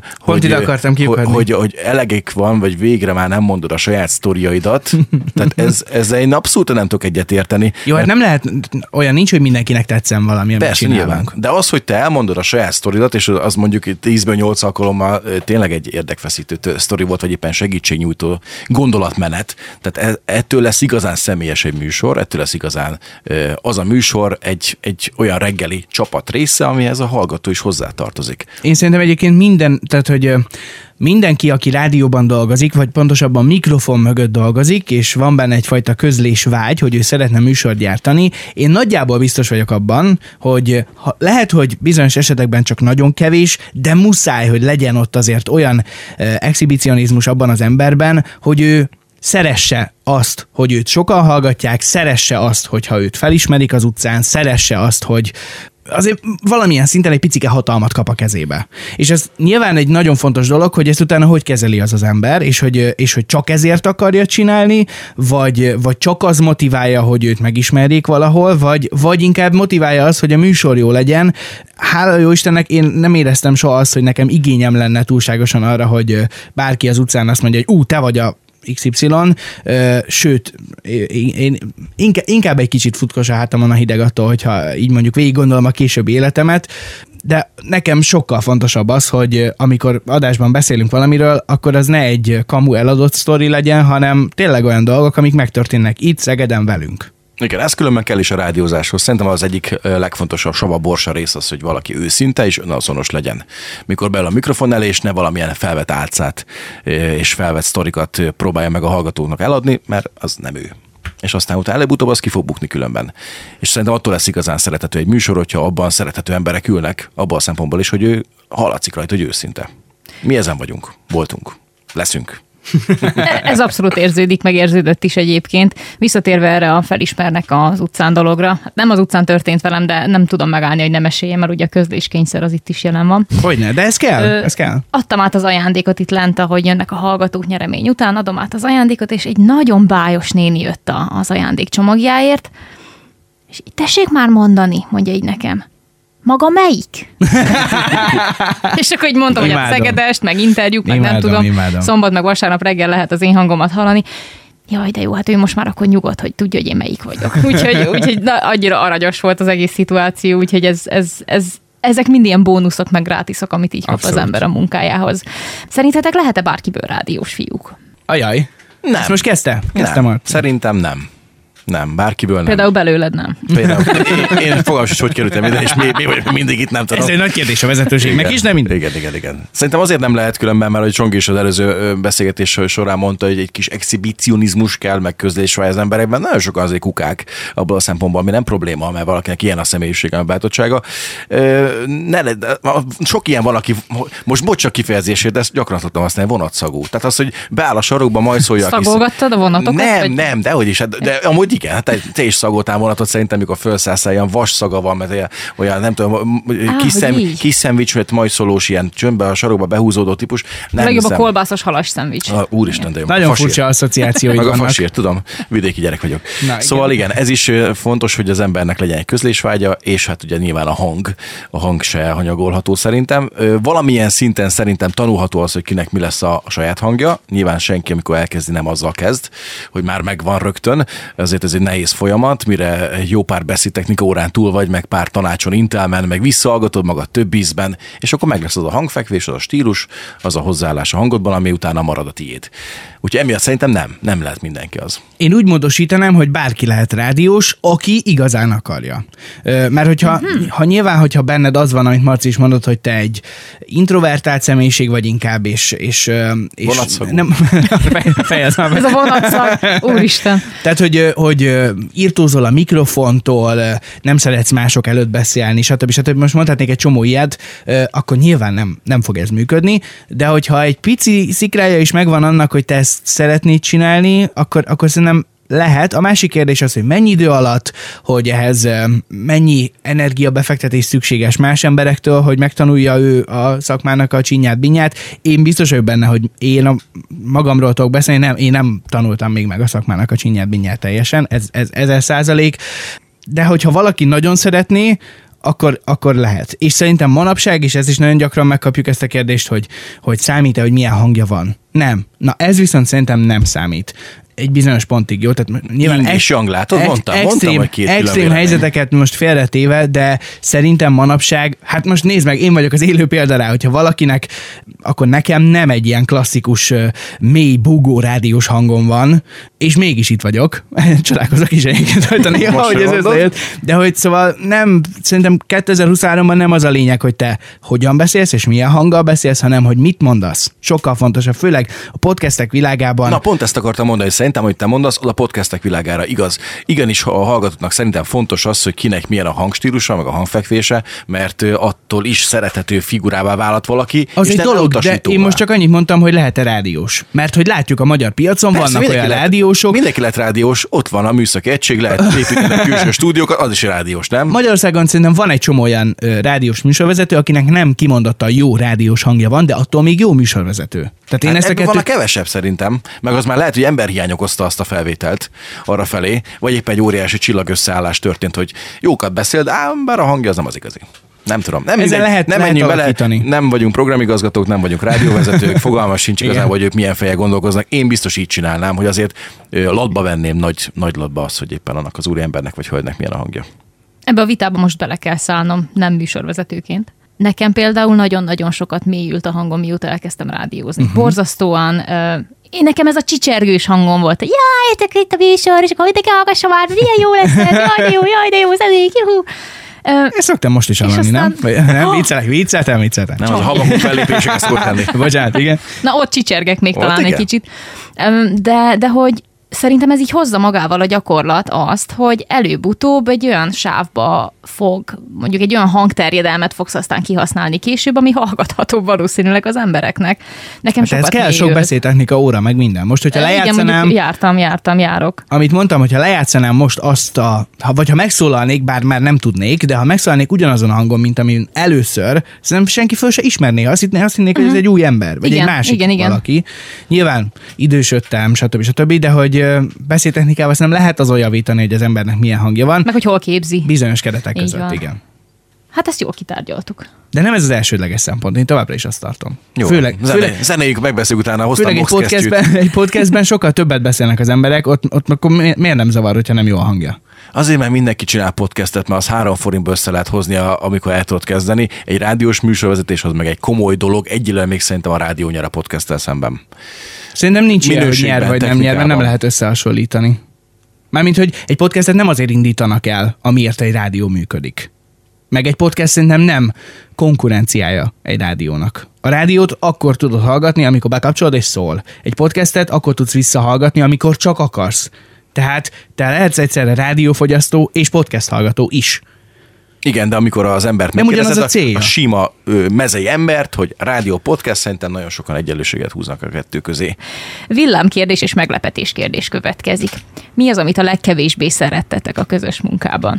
Speaker 3: hogy elegek van, vagy végre már nem mondod a saját sztoriaidat. Tehát ezzel én abszolút nem tudok egyet érteni.
Speaker 2: Jó, hát nem lehet, olyan nincs, hogy mindenkinek tetszen valami, amit csinálunk.
Speaker 3: De az, hogy te elmondod a saját sztoridat, és az mondjuk 10-ből 8 alkalommal tényleg egy érdekfeszítő sztori volt, vagy éppen segítségnyújtó gondolatmenet. Tehát ettől lesz igazán személyes egy műsor, ettől lesz igazán az a műsor egy olyan reggeli csapat része, amihez a hallgató is hozzátartozik.
Speaker 2: Én szerintem egyébként mindenki, aki rádióban dolgozik, vagy pontosabban mikrofon mögött dolgozik, és van benne egyfajta közlésvágy, hogy ő szeretne műsort gyártani, én nagyjából biztos vagyok abban, hogy lehet, hogy bizonyos esetekben csak nagyon kevés, de muszáj, hogy legyen ott azért olyan exhibicionizmus abban az emberben, hogy ő szeresse azt, hogy őt sokan hallgatják, szeresse azt, hogyha őt felismerik az utcán, szeresse azt, hogy azért valamilyen szinten egy picike hatalmat kap a kezébe. És ez nyilván egy nagyon fontos dolog, hogy ezt utána hogy kezeli az ember, és hogy csak ezért akarja csinálni, vagy csak az motiválja, hogy őt megismerjék valahol, vagy inkább motiválja az, hogy a műsor jó legyen. Hála jó Istennek, én nem éreztem soha azt, hogy nekem igényem lenne túlságosan arra, hogy bárki az utcán azt mondja, hogy te vagy a XY, sőt, én inkább egy kicsit futkos a hátamon a hideg attól, hogyha így mondjuk végig gondolom a későbbi életemet, de nekem sokkal fontosabb az, hogy amikor adásban beszélünk valamiről, akkor az ne egy kamu eladott sztori legyen, hanem tényleg olyan dolgok, amik megtörténnek itt Szegeden velünk.
Speaker 3: Igen, ez különben kell is a rádiózáshoz. Szerintem az egyik legfontosabb sava-borsa rész az, hogy valaki őszinte és önazonos legyen. Mikor beáll a mikrofon elé, és ne valamilyen felvett álcát és felvett sztorikat próbálja meg a hallgatóknak eladni, mert az nem ő. És aztán utána előbb-utóbb az ki fog bukni különben. És szerintem attól lesz igazán szerethető egy műsor, hogyha abban szerethető emberek ülnek, abban a szempontból is, hogy ő hallatszik rajta, hogy őszinte. Mi ezen vagyunk, voltunk, leszünk.
Speaker 1: Ez abszolút érződik, meg érződött is egyébként. Visszatérve erre a felismernek az utcán dologra. Nem az utcán történt velem, de nem tudom megállni, hogy nem meséljem, mert ugye a közléskényszer az itt is jelen van.
Speaker 2: Hogyne, de ez kell.
Speaker 1: Adtam át az ajándékot itt lent, ahogy jönnek a hallgatók nyeremény után, adom át az ajándékot, és egy nagyon bájos néni jött az ajándékcsomagjáért, és tessék már mondani, mondja így nekem. Maga melyik? És akkor így mondtam, hogy a Szegedest, meg interjúk, meg nem tudom. Szombat, meg vasárnap reggel lehet az én hangomat hallani. Jaj, de jó, hát ő most már akkor nyugodt, hogy tudja, hogy én melyik vagyok. Úgyhogy annyira aranyos volt az egész szituáció, úgyhogy ezek mind ilyen bónuszok, meg grátiszok, amit így kap az ember a munkájához. Szerintetek lehet-e bárkiből rádiós fiúk?
Speaker 2: Ajaj.
Speaker 3: Nem.
Speaker 2: Ezt most kezdte?
Speaker 3: Nem. Szerintem nem. Nem, bárkiből nem.
Speaker 1: Például belőled nem.
Speaker 3: Például én fogalmam is, hogy kerültem ide, és mi vagyok mindig itt, nem tudom.
Speaker 2: Ez egy nagy kérdés a vezetőségnek is, nem mindig.
Speaker 3: Igen. Szerintem azért nem lehet különben, mert hogy Csongi is az előző beszélgetés során mondta, hogy egy kis exhibicionizmus kell, meg közlésvágy az emberekben. Nagyon sokan azért kukák abból a szempontból, ami nem probléma, mert valakinek ilyen a személyisége, a bátorsága. Sok ilyen van, aki, most bocs a kifejezésért, de ezt gyakran szoktam használni, vonatszagú. Tehát az, hogy beáll a sarokba, majd szólja.
Speaker 1: Szagolgattad a vonatokat?
Speaker 3: Nem, dehogy is. De amúgy igen, hát te is szagoltál vonatot, szerintem, mikor felszállsz, ilyen vas szaga van, mert olyan nem tudom, kis szendvics, vagy majszolós, ilyen csömbbe a sarokba behúzódó típus.
Speaker 1: Nem legjobb a kolbászos halas szendvics.
Speaker 3: Úristen, de jó.
Speaker 2: Nagyon furcsa asszociációi
Speaker 3: vannak.
Speaker 2: vannak.
Speaker 3: A fasír, tudom, vidéki gyerek vagyok. Szóval igen, ez is fontos, hogy az embernek legyen egy közlésvágya, és hát ugye nyilván a hang se elhanyagolható szerintem. Valamilyen szinten szerintem tanulható az, hogy kinek mi lesz a saját hangja. Nyilván senki, amikor elkezdi, nem azzal kezd, hogy már megvan rögtön. Azért ez egy nehéz folyamat, mire jó pár beszédtechnika órán túl vagy, meg pár tanácson intelmen, meg visszahallgatod magad több ízben, és akkor meg lesz az a hangfekvés, az a stílus, az a hozzáállás a hangodban, ami utána marad a tiéd. Úgyhogy emiatt szerintem nem lehet mindenki az.
Speaker 2: Én úgy módosítanám, hogy bárki lehet rádiós, aki igazán akarja. Mert hogyha nyilván, hogyha benned az van, amit Marci is mondott, hogy te egy introvertált személyiség vagy inkább, és
Speaker 3: nem
Speaker 1: fejezem. Ez a vonatszag, úristen.
Speaker 2: Tehát, hogy írtózol a mikrofontól, nem szeretsz mások előtt beszélni, stb. Most mondhatnék egy csomó ilyet, akkor nyilván nem fog ez működni, de hogyha egy pici szikrája is megvan annak, hogy te ezt szeretnéd csinálni, akkor szerintem lehet. A másik kérdés az, hogy mennyi idő alatt, hogy ehhez mennyi energiabefektetés szükséges más emberektől, hogy megtanulja ő a szakmának a csinyát-binyát. Én biztos vagyok benne, hogy én magamról tudok beszélni, én nem tanultam még meg a szakmának a csinyát-binyát teljesen, ez 1000%. De hogyha valaki nagyon szeretné, akkor lehet. És szerintem manapság, és ez is nagyon gyakran megkapjuk ezt a kérdést, hogy számít-e, hogy milyen hangja van. Nem. Na ez viszont szerintem nem számít. Egy bizonyos pontig, jó? Tehát nyilván
Speaker 3: mondtam, hogy két
Speaker 2: extrém helyzeteket most félretéve, de szerintem manapság, hát most nézd meg, én vagyok az élő példa rá, hogyha valakinek, akkor nekem nem egy ilyen klasszikus, mély, búgó rádiós hangom van, és mégis itt vagyok. Csodálkozok is egyébként rajta néha, hogy ez összejött. De hogy szóval nem, szerintem 2023-ban nem az a lényeg, hogy te hogyan beszélsz, és milyen hanggal beszélsz, hanem hogy mit mondasz. Sokkal fontosabb, főleg a podcastek világában.
Speaker 3: Na pont ezt akartam mondani, szerintem, hogy te mondasz, a podcastek világára igaz. Igenis, a hallgatóknak szerintem fontos az, hogy kinek milyen a hangstílusa, meg a hangfekvése, mert attól is szerethető figurává válhat valaki.
Speaker 2: Az egy dolog, de én most csak annyit mondtam, hogy lehet-e rádiós. Mert hogy látjuk a magyar piacon, persze, vannak olyan rádiósok.
Speaker 3: Mindenki lehet rádiós, ott van a műszaki egység, lehet építeni a külső stúdiókat, az is rádiós, nem?
Speaker 2: Magyarországon szerintem van egy csomó olyan rádiós műsorvezető, akinek nem kimondottan jó rádiós hangja van, de attól még jó műsorvezető. Tehát én ezt
Speaker 3: van a kevesebb szerintem, meg az már lehet, hogy emberhiány okozta azt a felvételt arra felé, vagy éppen egy óriási csillagösszeállás történt, hogy jókat beszélt, bár a hangja az nem az igazi. Nem tudom. Nem menjünk bele, nem vagyunk programigazgatók, nem vagyunk rádióvezetők, fogalmas sincs igazán, hogy ők milyen fejjel gondolkoznak. Én biztos így csinálnám, hogy azért latba venném, nagy latba azt, hogy éppen annak az úriembernek vagy hölgynek milyen a hangja.
Speaker 1: Ebbe a vitába most bele kell szállnom, nem műsorvezetőként. Nekem például nagyon-nagyon sokat mélyült a hangom, mióta elkezdtem rádiózni. Borzasztóan... nekem ez a csicsergős hangom volt. Jaj, itt a műsor, és akkor mindenki hallgassa már, milyen jó lesz ez, jaj, de jó, zenék, juhú.
Speaker 2: Ezt szoktam most is hallani, nem? Nem, vicceltem.
Speaker 3: Nem, az a Habakuk fellépések, ezt szokott tenni.
Speaker 2: Bocsánat, igen.
Speaker 1: Na, ott csicsergek még
Speaker 3: ott
Speaker 1: talán
Speaker 3: igen?
Speaker 1: egy kicsit. De hogy szerintem ez így hozza magával a gyakorlat azt, hogy előbb-utóbb egy olyan sávba mondjuk egy olyan hangterjedelmet fogsz aztán kihasználni később, ami hallgatható valószínűleg az embereknek. Nekem sokat
Speaker 2: ez kell sok beszédtechnika óra, meg minden. Most, hogyha lejátszanám...
Speaker 1: Igen, járok.
Speaker 2: Amit mondtam, hogyha lejátszanám most azt vagy ha megszólalnék, bár már nem tudnék, de ha megszólalnék ugyanazon a hangon, mint amin először, szerintem senki föl se ismerné. Azt hinnék, hogy ez egy új ember, vagy egy másik valaki. Nyilván idősödtem, stb. De hogy beszédtechnikával nem lehet azon javítani, hogy az embernek milyen hangja van.
Speaker 1: Meg hogy hol képzi.
Speaker 2: Bizonyos keretek között, igen.
Speaker 1: Hát ezt jól kitárgyaltuk.
Speaker 2: De nem ez az elsődleges szempont, én továbbra is azt tartom.
Speaker 3: Jó, főleg zenéjük, megbeszéljük utána, hoztam
Speaker 2: egy podcastben sokkal többet beszélnek az emberek, ott akkor miért nem zavar, hogyha nem jó a hangja?
Speaker 3: Azért, mert mindenki csinál podcastet, mert az 3 forintból össze lehet hozni, amikor el tudod kezdeni. Egy rádiós műsorvezetés az meg egy komoly dolog, egyelőre még szerintem a rádió nyer a podcasttel szemben.
Speaker 2: Szerintem nincs ilyen, hogy nyer vagy nem nyer, mert nem lehet összehasonlítani. Mármint, hogy egy podcastet nem azért indítanak el, amiért egy rádió működik. Meg egy podcast szerintem nem konkurenciája egy rádiónak. A rádiót akkor tudod hallgatni, amikor bekapcsolod és szól. Egy podcastet akkor tudsz visszahallgatni, amikor csak akarsz. Tehát te lehetsz egyszerre rádiófogyasztó és podcast hallgató is.
Speaker 3: Igen, de amikor az embert megkérdezed, a sima mezei embert, hogy rádió podcast, szerintem nagyon sokan egyenlőséget húznak a kettő közé.
Speaker 1: Villámkérdés és meglepetés kérdés következik. Mi az, amit a legkevésbé szerettetek a közös munkában?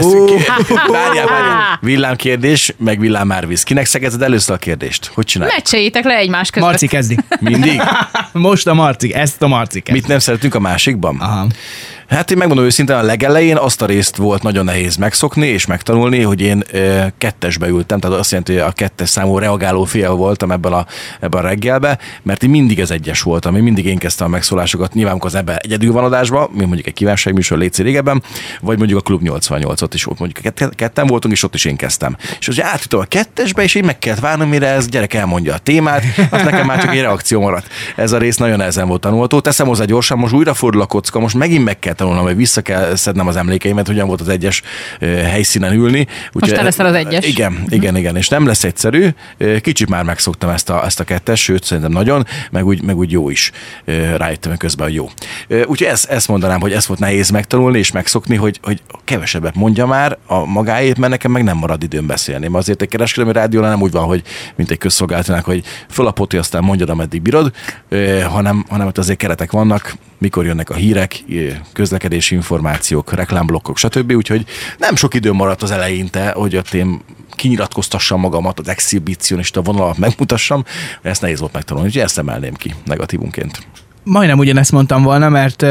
Speaker 3: Várjál. Villámkérdés, meg villámárvíz. Kinek szegezed először a kérdést? Hogy csináljuk?
Speaker 1: Meccseljétek le egymás között.
Speaker 2: Marci kezdi.
Speaker 3: Mindig?
Speaker 2: Most a Marci, ezt a Marci kezdi.
Speaker 3: Mit nem szeretünk a másikban?
Speaker 2: Aha.
Speaker 3: Hát én megmondom őszintén, a legelején azt a részt volt nagyon nehéz megszokni és megtanulni, hogy én kettesbe ültem, tehát azt jelenti, hogy a kettes számú reagáló fél voltam ebben a reggelbe, mert én mindig az egyes voltam, én mindig én kezdtem a megszólásokat, nyilván amikor az ebben egyedül van adásban, mint mondjuk egy kívánságműsor Léci régebben, vagy mondjuk a Klub 88-ot is, ott mondjuk ketten voltunk, és ott is én kezdtem. És az átjutom a kettesbe, és én meg kellett várnom, mire ez gyerek elmondja a témát, az nekem már csak egy reakció maradt. Ez a rész nagyon nehezen volt tanulható. Teszem hozzá gyorsan, most újra fordul a kocka, most megint meg kell tanulnom, vagy vissza kell szednem az emlékeimet, hogyan volt az egyes helyszínen ülni.
Speaker 1: Most te leszel az egyes.
Speaker 3: Igen, és nem lesz egyszerű. Kicsit már megszoktam ezt a kettes, sőt, szerintem nagyon, meg úgy jó is. Rájöttem közben, hogy jó. Úgyhogy ezt mondanám, hogy ezt volt nehéz megtanulni és megszokni, hogy kevesebbet mondja már a magáét, mert nekem meg nem marad időm beszélni. Mert azért egy kereskedelmi rádiónál nem úgy van, hogy mint egy közszolgáltatónál, hogy föl a poti, aztán mondjad, ameddig bírod, hanem ott azért keretek vannak, mikor jönnek a hírek, közlekedési információk, reklámblokkok, stb. Úgyhogy nem sok idő maradt az eleinte, hogy ott én kinyilatkoztassam magamat, az exhibicionista vonalat megmutassam, ezt nehéz volt megtanulni, úgyhogy ezt emelném ki negatívunként.
Speaker 2: Majdnem ugyanezt mondtam volna, mert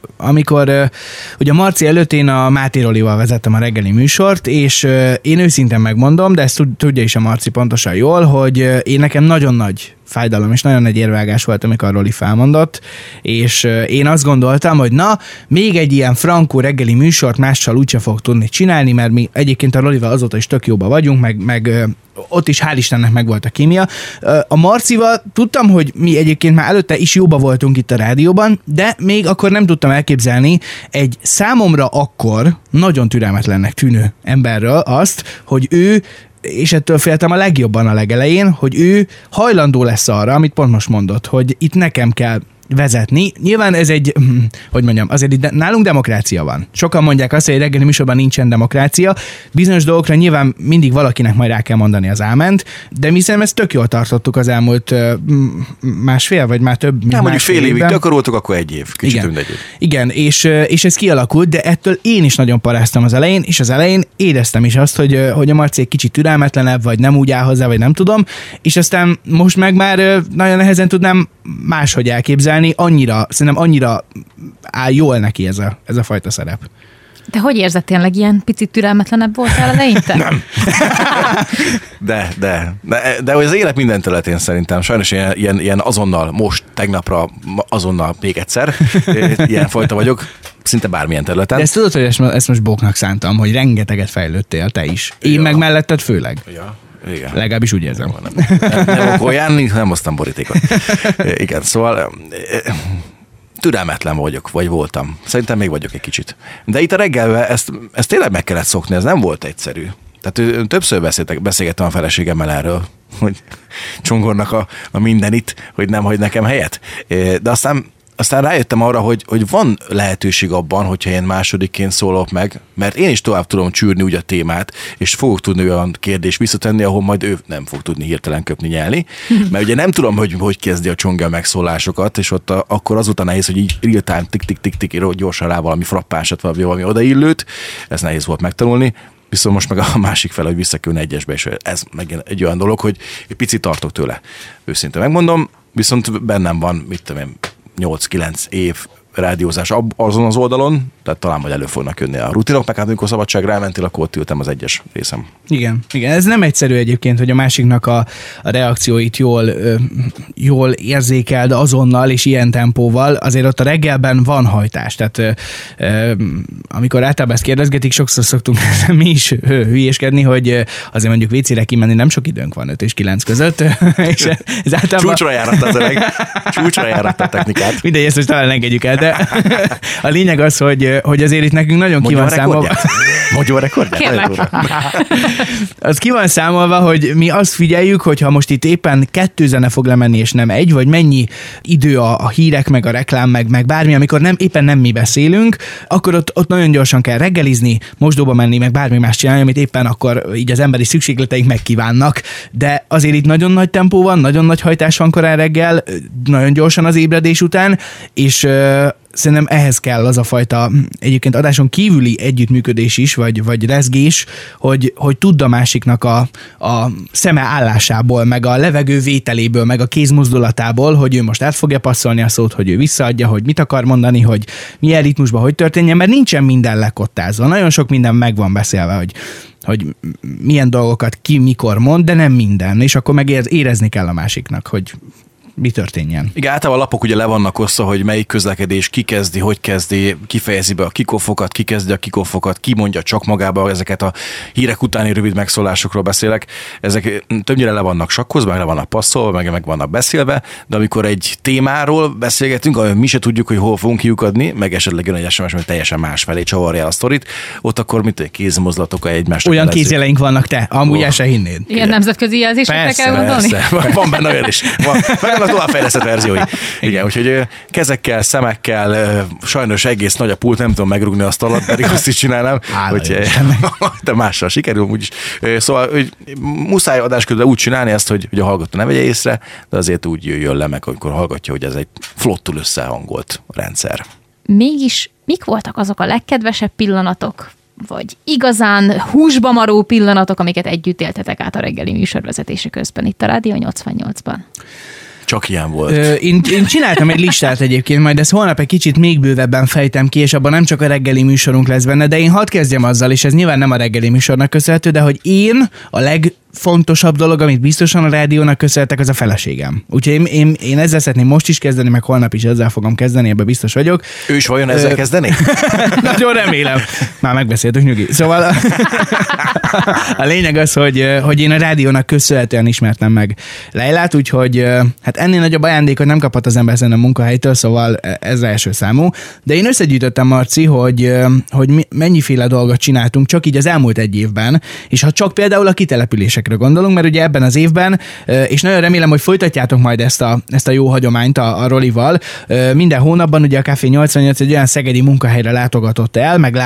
Speaker 2: amikor ugye a Marci előtt én a Máté Rolival vezettem a reggeli műsort, és én őszintén megmondom, de ezt tudja is a Marci pontosan jól, hogy én nekem nagyon nagy fájdalom és nagyon nagy érvágás volt, amikor a Roli felmondott, és én azt gondoltam, hogy na, még egy ilyen frankó reggeli műsort mással úgyse fog tudni csinálni, mert mi egyébként a Rolival azóta is tök jóba vagyunk, meg ott is hál' Istennek meg volt a kémia. A Marcival tudtam, hogy mi egyébként már előtte is jóba voltunk itt a rádióban, de még akkor nem tudtam elképzelni egy számomra akkor nagyon türelmetlennek tűnő emberről azt, hogy ő, és ettől féltem a legjobban a legelején, hogy ő hajlandó lesz arra, amit pont most mondott, hogy itt nekem kell vezetni. Nyilván ez egy, hogy mondjam, azért nálunk demokrácia van. Sokan mondják azt, hogy egy reggeli műsorban nincsen demokrácia. Bizonyos dolgokra nyilván mindig valakinek majd rá kell mondani az áment, de mi szerintem ezt tök jól tartottuk az elmúlt másfél, vagy már több.
Speaker 3: Nem, mondjuk fél évig gyakoroltuk, akkor egy év. Kicsit egy év.
Speaker 2: Igen, és ez kialakult, de ettől én is nagyon paráztam az elején, és az elején éreztem is azt, hogy a Marci egy kicsit türelmetlenebb, vagy nem úgy áll hozzá, vagy nem tudom, és aztán most meg már nagyon nehezen tudnám máshogy elképzelni, szerintem annyira áll jól neki ez a fajta szerep.
Speaker 1: De hogy érzed, tényleg ilyen picit türelmetlenebb voltál eleinte?
Speaker 3: Nem. De az élet minden területén szerintem sajnos ilyen azonnal, most, tegnapra, azonnal még egyszer, ilyen fajta vagyok. Szinte bármilyen területen.
Speaker 2: De ezt tudod, hogy ezt most bóknak szántam, hogy rengeteget fejlődtél te is. Én meg melletted főleg.
Speaker 3: Ja. Igen.
Speaker 2: Legalábbis úgy érzem.
Speaker 3: Nem okolján, nem hoztam borítékot. Igen, szóval türelmetlen vagyok, vagy voltam. Szerintem még vagyok egy kicsit. De itt a reggelben ezt tényleg meg kellett szokni, ez nem volt egyszerű. Tehát többször beszélgettem a feleségemmel erről, hogy Csongornak a mindenit, hogy nem hagy nekem helyet. De aztán rájöttem arra, hogy van lehetőség abban, hogyha én másodikként szólok meg, mert én is tovább tudom csűrni úgy a témát, és fogok tudni olyan kérdést visszatenni, ahol majd ő nem fog tudni hirtelen köpni, nyelni. Mert ugye nem tudom, hogy kezdi a Csonga megszólásokat, és ott akkor azután nehéz, hogy így real time, tik-tik-tik, gyorsan rá valami frappásat, valami odaillőt. Ez nehéz volt megtanulni. Viszont most meg a másik fel, hogy visszakülne egyesbe, és ez meg egy olyan dolog, hogy egy picit tartok tőle. Őszintén megmondom, viszont bennem van, mit tudom én, 8-9 év rádiózás azon az oldalon, tehát talán majd elő fognak jönni a rutinok, meg hát amikor szabadságra elmentél, akkor ott ültem az egyes részem. Igen, ez nem egyszerű egyébként, hogy a másiknak a reakcióit jól érzékeld azonnal és ilyen tempóval, azért ott a reggelben van hajtás, tehát amikor általában ezt kérdezgetik, sokszor szoktunk mi is hülyéskedni, hogy azért mondjuk WC-re kimenni nem sok időnk van 5 és 9 között. És ez általában... Csúcsra járatta az öreg, csúcsra járatta a technikát. Mindegy, ezt most talán engedjük el,
Speaker 2: de a lényeg az, hogy azért itt nekünk nagyon ki van számolva.
Speaker 3: Mondja a rekordját?
Speaker 2: Az ki van számolva, hogy mi azt figyeljük, hogy ha most itt éppen 2 zene fog lemenni, és nem 1, vagy mennyi idő a hírek, meg a reklám, meg bármi, amikor éppen nem mi beszélünk, akkor ott nagyon gyorsan kell reggelizni, mosdóba menni, meg bármi más csinálni, amit éppen akkor így az emberi szükségleteink megkívánnak. De azért itt nagyon nagy tempó van, nagyon nagy hajtás van korán reggel, nagyon gyorsan az ébredés után, és szerintem ehhez kell az a fajta egyébként adáson kívüli együttműködés is, vagy rezgés, hogy tudd a másiknak a szeme állásából, meg a levegő vételéből, meg a kézmozdulatából, hogy ő most át fogja passzolni a szót, hogy ő visszaadja, hogy mit akar mondani, hogy milyen ritmusban hogy történjen, mert nincsen minden lekottázva. Nagyon sok minden meg van beszélve, hogy milyen dolgokat ki mikor mond, de nem minden, és akkor meg érezni kell a másiknak, hogy mi történjen.
Speaker 3: Igen, általában a lapok ugye le vannak osztva, hogy melyik közlekedés ki kezdi, hogy kezdi, kifejezi be a kikoffokat, ki kezdi a kikoffokat, ki mondja csak magába ezeket a hírek utáni rövid megszólásokról beszélek. Ezek többnyire le vannak sakkozva, meg le vannak passzolva, meg vannak beszélve, de amikor egy témáról beszélgetünk, ahol mi se tudjuk, hogy hol fogunk kiukadni, meg esetleg jön egy SMS, hogy teljesen másfelé csavarja el a sztorit, ott akkor kézmozdulatok egymást.
Speaker 2: Olyan kézjeleink vannak, te, amúgy el se hinnéd.
Speaker 1: Ilyen nemzetközi jelzésekre kell gondolni?
Speaker 3: Persze, van benne olyan is. A továbbfejlesztett verziói. Igen, úgyhogy kezekkel, szemekkel, sajnos egész nagy a pult, nem tudom megrúgni azt alatt, pedig azt is csinálnám, hogy de mással sikerül, úgyis. Szóval hogy muszáj adás közben úgy csinálni ezt, hogy a hallgató ne vegye észre, de azért úgy jöjjön le meg, amikor hallgatja, hogy ez egy flottul összehangolt rendszer.
Speaker 1: Mégis mik voltak azok a legkedvesebb pillanatok, vagy igazán húsba maró pillanatok, amiket együtt éltetek át a reggeli műsorvezetése közben itt a Rádió 88-ban?
Speaker 3: Csak ilyen volt.
Speaker 2: Én csináltam egy listát egyébként, majd ezt holnap egy kicsit még bővebben fejtem ki, és abban nem csak a reggeli műsorunk lesz benne, de én hadd kezdjem azzal, és ez nyilván nem a reggeli műsornak köszönhető, de hogy én a legfontosabb dolog, amit biztosan a rádiónak köszönhetek, az a feleségem. Úgyhogy én ezzel szeretném most is kezdeni, meg holnap is ezzel fogom kezdeni, ebben biztos vagyok.
Speaker 3: Ő is vajon ezzel kezdeni?
Speaker 2: Nagyon remélem. Már megbeszéltük, nyugi. Szóval a lényeg az, hogy én a rádiónak köszönhetően ismertem meg Leilát, úgyhogy hát ennél nagyobb ajándékot nem kaphat az ember szerintem a munkahelytől, szóval ez első számú. De én összegyűjtöttem, Marci, hogy mennyiféle dolgot csináltunk csak így az elmúlt egy évben, és ha csak például a kitelepülésekre gondolunk, mert ugye ebben az évben, és nagyon remélem, hogy folytatjátok majd ezt a jó hagyományt a Rolival, minden hónapban ugye a Café 88 egy olyan szegedi munkahelyre látogat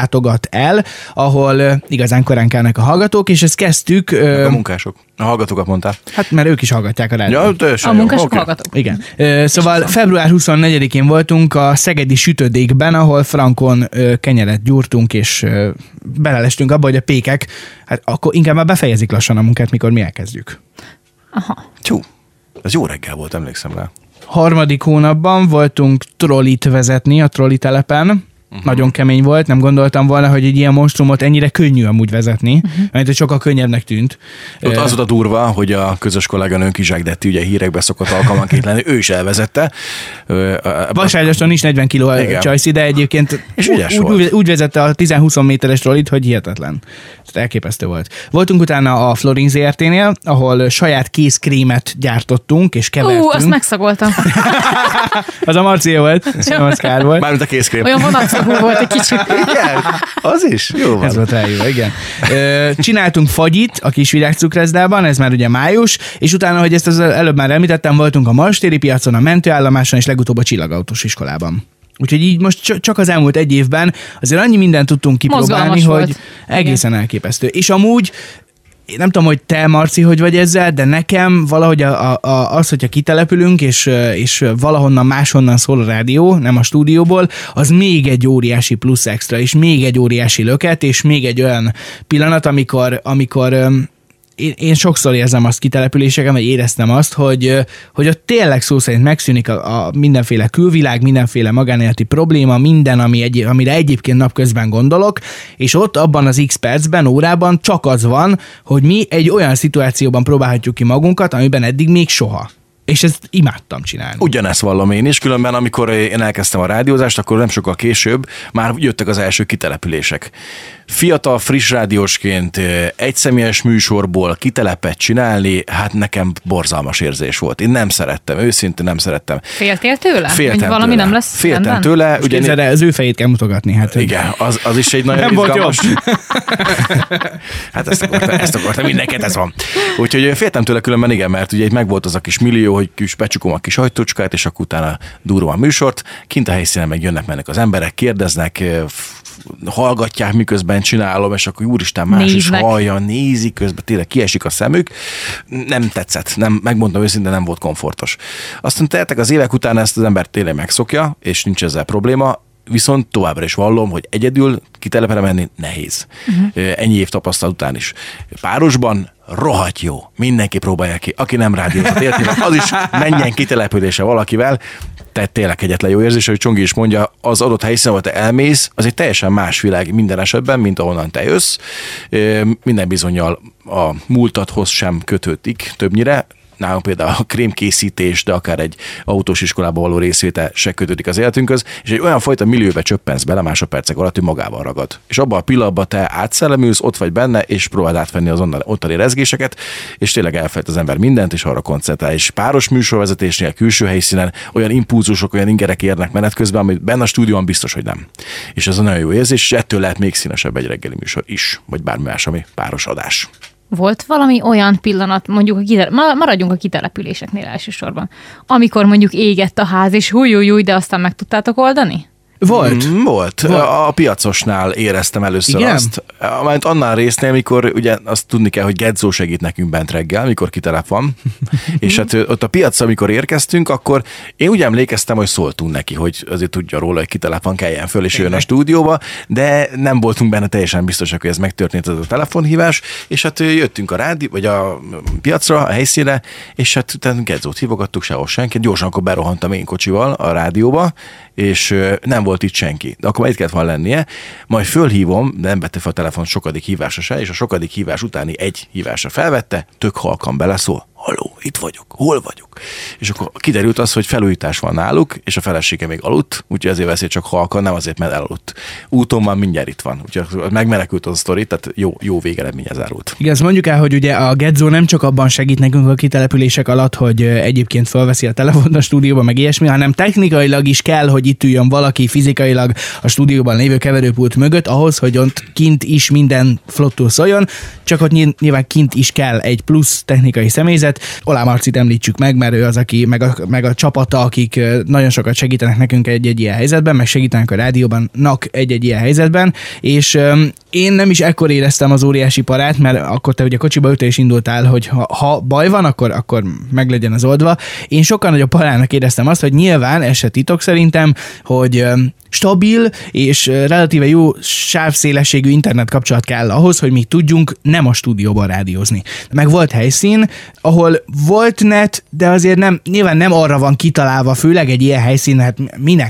Speaker 2: el, ahol igazán korán kelnek a hallgatók, és ezt kezdtük.
Speaker 3: A munkások. A hallgatókat mondtál.
Speaker 2: Hát mert ők is hallgatják a rádiót.
Speaker 1: Ja, a munkások hallgatók.
Speaker 2: Igen. Szóval február 24-én voltunk a szegedi sütödékben, ahol frankon kenyeret gyúrtunk, és belelestünk abba, hogy a pékek, hát akkor inkább már befejezik lassan a munkát, mikor mi elkezdjük.
Speaker 1: Aha.
Speaker 3: Tyú, ez jó reggel volt, emlékszem rá.
Speaker 2: 3. hónapban voltunk trollit vezetni a trolli telepen. Nagyon kemény volt, nem gondoltam volna, hogy egy ilyen monstrumot ennyire könnyű amúgy vezetni, mert hogy sokkal könnyebbnek tűnt.
Speaker 3: Ott az volt a durva, hogy a közös kolléganőnk Kizsák Detti ugye hírekbe szokott alkalmanként lenni, ő is elvezette.
Speaker 2: Vasárgyaston is 40 kiló csajszi, de egyébként úgy vezette a 10-20 méteres trollit, hogy hihetetlen. Elképesztő volt. Voltunk utána a Florin ZRT-nél, ahol saját kézkrémet gyártottunk és kevertünk.
Speaker 1: Azt megszagoltam.
Speaker 2: Az a Marcia volt, nem az Kár volt.
Speaker 3: Mármint a kézkrém.
Speaker 1: Olyan vonatszagú volt egy kicsit.
Speaker 3: Igen, az is. Jó van.
Speaker 2: Ez volt rájúva, igen. Csináltunk fagyit a Kisvirág-cukrászdában, ez már ugye május, és utána, hogy ezt az előbb már említettem, voltunk a Marstéri piacon, a mentőállomáson, és legutóbb a Csillagautós iskolában. Úgyhogy így most csak az elmúlt egy évben azért annyi mindent tudtunk kipróbálni, hogy egészen elképesztő. És amúgy nem tudom, hogy te, Marci, hogy vagy ezzel, de nekem valahogy az, hogyha kitelepülünk, és valahonnan máshonnan szól a rádió, nem a stúdióból, az még egy óriási plusz extra, és még egy óriási löket, és még egy olyan pillanat, amikor én sokszor érzem azt kitelepüléseken, vagy éreztem azt, hogy ott tényleg szó szerint megszűnik a mindenféle külvilág, mindenféle magánéleti probléma, minden, amire egyébként napközben gondolok, és ott abban az X percben, órában csak az van, hogy mi egy olyan szituációban próbálhatjuk ki magunkat, amiben eddig még soha. És ezt imádtam csinálni.
Speaker 3: Ugyanezt vallom én is, különben amikor én elkezdtem a rádiózást, akkor nem sokkal később már jöttek az első kitelepülések. Fiatal, friss rádiósként egyszemélyes műsorból kitelepet csinálni, hát nekem borzalmas érzés volt. Én nem szerettem, őszintén nem szerettem.
Speaker 1: Féltél tőle?
Speaker 3: Féltem
Speaker 1: valami
Speaker 3: tőle.
Speaker 1: nem lesz
Speaker 3: Féltem
Speaker 1: rendben?
Speaker 3: tőle.
Speaker 2: Ugye az ő fejét kell mutogatni. Hát,
Speaker 3: igen, az is egy nagyon izgalmas. Hát ezt akartam, mindenket ez van. Úgyhogy féltem tőle különben, igen, mert ugye itt megvolt az a kis millió, hogy becsukom a kis ajtócskát, és akkor utána durva a műsort. Kint a helyszínen meg jönnek-mennek az emberek, kérdeznek, hallgatják, miközben csinálom, és akkor úristen, más
Speaker 1: néznek.
Speaker 3: Is hallja, nézik, közben tényleg kiesik a szemük. Nem tetszett, megmondom őszintén, nem volt komfortos. Aztán teltek az évek után ezt az ember tényleg megszokja, és nincs ezzel probléma, viszont továbbra is vallom, hogy egyedül kitelepre menni nehéz. Ennyi év tapasztalat után is. Párosban rohadt jó. Mindenki próbálja ki. Aki nem rádiózat érti, az is menjen kitelepülése valakivel. Tehát tényleg egyetlen jó érzés, hogy Csongi is mondja, az adott helyszínen, ahol te elmész, az egy teljesen más világ minden esetben, mint ahonnan te jössz. Minden bizonnyal a múltadhoz sem kötődik többnyire. Nálunk például a krémkészítés, de akár egy autós iskolában való részvétel se kötődik az életünkhöz, és egy olyan fajta millióbe csöppensz bele másodpercek alatt, hogy magával ragad. És abban a pillanatban te átszellemülsz, ott vagy benne, és próbáld átvenni az ottani rezgéseket, és tényleg elfelejt az ember mindent, és arra koncentrál. És páros műsorvezetésnél, külső helyszínen olyan impulzusok, olyan ingerek érnek menet közben, amit benne a stúdióban biztos, hogy nem. És ez a nagyon jó érzés, és ettől lehet még színesebb egy reggeli műsor is, vagy bármi más, ami páros adás.
Speaker 1: Volt valami olyan pillanat, mondjuk maradjunk a kitelepüléseknél elsősorban, amikor mondjuk égett a ház, és hújújúj, de aztán meg tudtátok oldani?
Speaker 3: Volt. A piacosnál éreztem először azt. Mert annál résznél, mikor ugye azt tudni kell, hogy Gedzó segít nekünk bent reggel, mikor kitelep van. És hát ott a piacra, amikor érkeztünk, akkor én úgy emlékeztem, hogy szóltunk neki, hogy azért tudja róla, hogy kitelep van, keljen föl, és jön a stúdióba, de nem voltunk benne teljesen biztosak, hogy ez megtörtént, ez a telefonhívás, és hát jöttünk a rádió, vagy a piacra, a helyszínre, és hát utána Gedzót hívogattuk, sehol senki. Gyorsan akkor berohantam én kocsival a rádióba, és nem volt itt senki. De akkor már itt kellett volna lennie, majd fölhívom, de nem vette fel a telefon sokadik hívásra se, és a sokadik hívás utáni egy hívásra felvette, tök halkan beleszól, halló, itt vagyok, hol vagyok? És akkor kiderült az, hogy felújítás van náluk, és a felesége még aludt, úgyhogy ezért veszi csak halkan, nem azért, mert elaludt. Úton már mindjárt itt van, úgyhogy megmenekült az a sztori, tehát jó végeredménye zárult.
Speaker 2: Igen, ezt mondjuk el, hogy ugye a Gedzó nem csak abban segít nekünk a kitelepülések alatt, hogy egyébként felveszi a telefont a stúdióba, meg ilyesmi, hanem technikailag is kell, hogy itt üljön valaki fizikailag a stúdióban lévő keverőpult mögött, ahhoz, hogy ott kint is minden flottul szóljon, csak ott nyilván kint is kell egy plusz technikai személyzet. Olá Marcit említsük meg, mert ő az, aki, meg a csapata, akik nagyon sokat segítenek nekünk egy ilyen helyzetben, meg segítenek a rádióban egy ilyen helyzetben, és én nem is ekkor éreztem az óriási parát, mert akkor te ugye kocsiba ültél és indultál, hogy ha baj van, akkor meg legyen az oldva. Én sokkal nagyobb parának éreztem azt, hogy nyilván, ez se titok szerintem, hogy stabil és relatíve jó sávszélességű internet kapcsolat kell ahhoz, hogy mi tudjunk nem a stúdióban rádiózni. Meg volt helyszín, ahol volt net, de azért nyilván nem arra van kitalálva, főleg egy ilyen helyszín, hát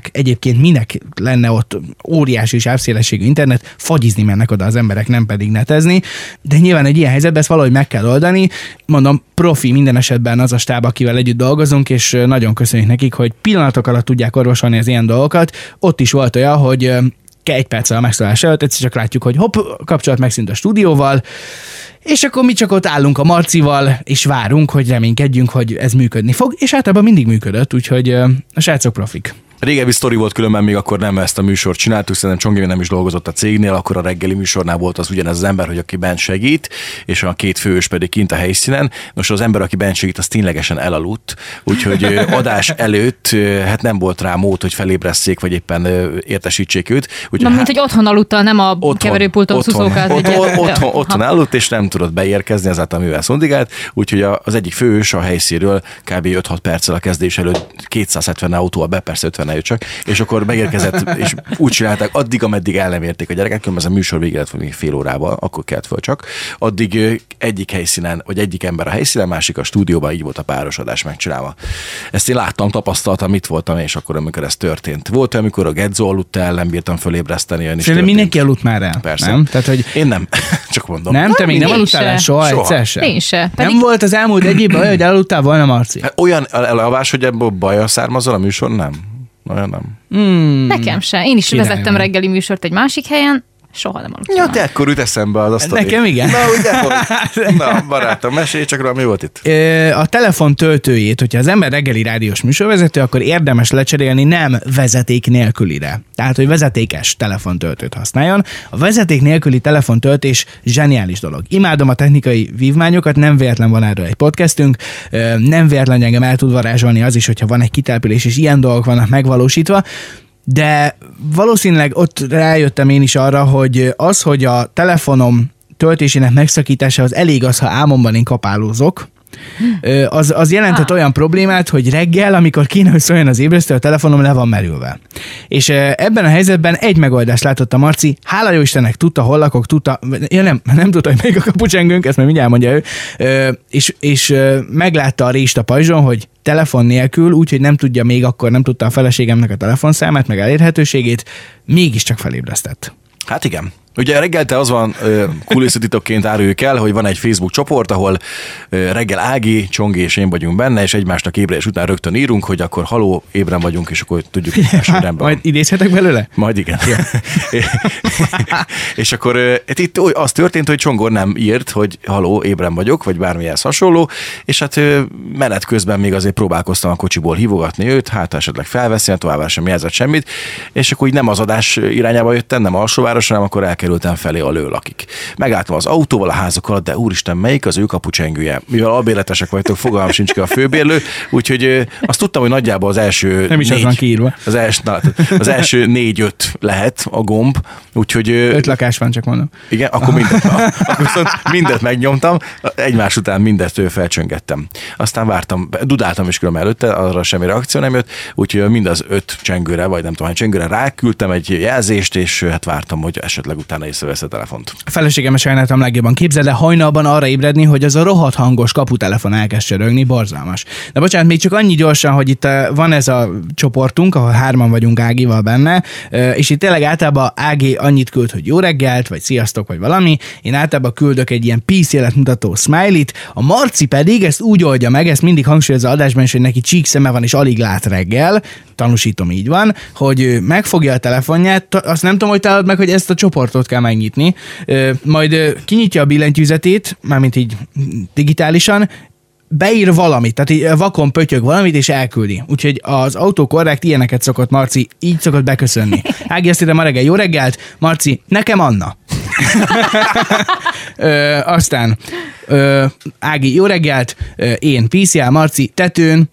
Speaker 2: minek lenne ott óriási sávszélességű internet, fagyizni mennek oda az emberek, nem pedig netezni, de nyilván egy ilyen helyzetben ezt valahogy meg kell oldani. Mondom, profi minden esetben az a stáb, akivel együtt dolgozunk, és nagyon köszönjük nekik, hogy pillanatok alatt tudják orvosolni az ilyen dolgokat. Ott is volt olyan, hogy egy perccel a megszólalás előtt egyszer csak látjuk, hogy hopp, kapcsolat megszűnt a stúdióval, és akkor mi csak ott állunk a Marcival, és várunk, hogy reménykedjünk, hogy ez működni fog, és általában mindig működött, úgyhogy a srácok profik.
Speaker 3: Régebbi sztori volt, különben még akkor nem ezt a műsort csináltuk, szerintem Csongi nem is dolgozott a cégnél, akkor a reggeli műsornál volt az ugyanez az ember, hogy aki bent segít, és a két fős pedig kint a helyszínen. Most az ember, aki bent segít, az ténylegesen elaludt, úgyhogy adás előtt hát nem volt rá mód, hogy felébresszék, vagy éppen értesítsék őt.
Speaker 1: Na, mint hogy otthon aludta, nem a keverőpulton szuszókált.
Speaker 3: Otthon aludt, és nem tudott beérkezni, ezáltal mivel szondigált, úgyhogy az egyik fős a helyszínről kb. 5-6 perccel a kezdés előtt 270 autóval be, persze 50 eljött csak, és akkor megérkezett, és úgy csinálták, addig, ameddig el nem érték a gyerekek, különben ez a műsor vége lett még fél órával, akkor kelt föl csak. Addig egyik helyszínen, vagy egyik ember a helyszínen, másik a stúdióban, így volt a párosodás megcsinálva. Ezt én láttam, tapasztaltam, itt voltam, és akkor, amikor ez történt. Volt, amikor a Gedzó aludt el, nem bírtam fölébreszteni,
Speaker 2: Szerintem mindenki aludt már el.
Speaker 3: Persze.
Speaker 2: Nem? Tehát, hogy
Speaker 3: én nem. csak mondom.
Speaker 2: Nem, te még nem aludtál el soha egyszer sem.
Speaker 1: Én se.
Speaker 2: Nem volt az elmúlt egy évben olyan, hogy elaludtál volna, Marci?
Speaker 3: Olyan elalvás, hogy ebből baja származol a műsor? Nem. Olyan nem.
Speaker 1: Nekem se. Én is
Speaker 2: Király
Speaker 1: vezettem
Speaker 2: vagy.
Speaker 1: reggeli műsort egy másik helyen, soha nem aludtam.
Speaker 3: Ja, te ekkor jut eszembe az asztali.
Speaker 2: Nekem igen.
Speaker 3: Na, ugye, hogy... Na, barátom, mesélj csak róla, mi volt itt?
Speaker 2: A telefon töltőjét, hogyha az ember reggeli rádiós műsorvezető, akkor érdemes lecserélni nem vezeték nélkülire. Tehát, hogy vezetékes telefontöltőt használjon. A vezeték nélküli telefontöltés zseniális dolog. Imádom a technikai vívmányokat, nem véletlen van erről egy podcastünk, nem véletlen engem el tud varázsolni az is, hogyha van egy kitelepülés, és ilyen dolgok vannak megvalósítva. De valószínűleg ott rájöttem én is arra, hogy az, hogy a telefonom töltésének megszakítása az elég az, ha álmomban én kapálózok, az jelentett olyan problémát, hogy reggel, amikor kéne, hogy szóljon az ébresztő, a telefonom le van merülve. És ebben a helyzetben egy megoldást látott a Marci, hála jó Istennek tudta, hol lakok, tudta, nem tudta, hogy még a kapucsengőnk, ezt majd mindjárt mondja ő, és meglátta a rést a pajzson, hogy telefon nélkül, úgyhogy nem tudja még akkor, nem tudta a feleségemnek a telefonszámát, meg elérhetőségét, mégiscsak felébresztett.
Speaker 3: Hát igen. Ugye reggelte az van, kulisszatitokként áruljuk el, hogy van egy Facebook csoport, ahol reggel Ági, Csongi és én vagyunk benne, és egymásnak ébredés után rögtön írunk, hogy akkor haló, ébren vagyunk, és akkor tudjuk, hogy rendben.
Speaker 2: Majd idézhetek belőle?
Speaker 3: Majd igen. És akkor itt az történt, hogy Csongor nem írt, hogy haló, ébren vagyok, vagy bármihez hasonló, és hát menet közben még azért próbálkoztam a kocsiból hívogatni őt, hát esetleg felveszi, továbbá sem jelzett semmit, és akkor így nem az adás irányába jöttem, nem alsóvárosra, hanem akkor elkerültem felé, ahol ő lakik. Megálltam az autóval a házak alatt, de úristen, melyik az ő kapucsengője? Mivel albérletesek vagytok, fogalmam sincs ki a főbérlő, úgyhogy azt tudtam, hogy nagyjából az első
Speaker 2: nem is 4, van kiírva.
Speaker 3: Az első 4-5 lehet a gomb, úgyhogy
Speaker 2: 5 lakás van, csak mondom.
Speaker 3: Igen, akkor mindent megnyomtam, egymás után mindet felcsöngettem. Aztán vártam, dudáltam is különben előtte, arra semmi reakció nem jött, úgyhogy mind az 5 csengőre, vagy nem tudom, hány csengőre ráküldtem egy jelzést, és hát vártam, hogy esetleg utána észrevesz a telefont.
Speaker 2: A feleségemet sajnáltam legjobban. Képzeld, de hajnalban arra ébredni, hogy az a rohadt hangos kaputelefon elkezd csörögni, borzalmas. De bocsánat, még csak annyi gyorsan, hogy itt van ez a csoportunk, ahol 3 vagyunk Ágival benne, és itt tényleg általában Ági annyit küld, hogy jó reggelt, vagy sziasztok, vagy valami. Én általában küldök egy ilyen peace-jelet mutató smiley-t, a Marci pedig ezt úgy oldja meg, ezt mindig hangsúlyozza adásban is, hogy neki csík szeme van, és alig lát reggel, tanúsítom, így van, hogy megfogja a telefonját, azt nem tudom, hogy találod meg, hogy ezt a csoportot kell megnyitni, majd kinyitja a billentyűzetét, mármint így digitálisan, beír valamit, tehát így vakon pötyög valamit, és elküldi. Úgyhogy az autokorrekt ilyeneket szokott Marci, így szokott beköszönni. Ági, azt írta ma reggel, jó reggelt, Marci, nekem Anna. Aztán Ági, jó reggelt, én PCL, Marci, tetőn,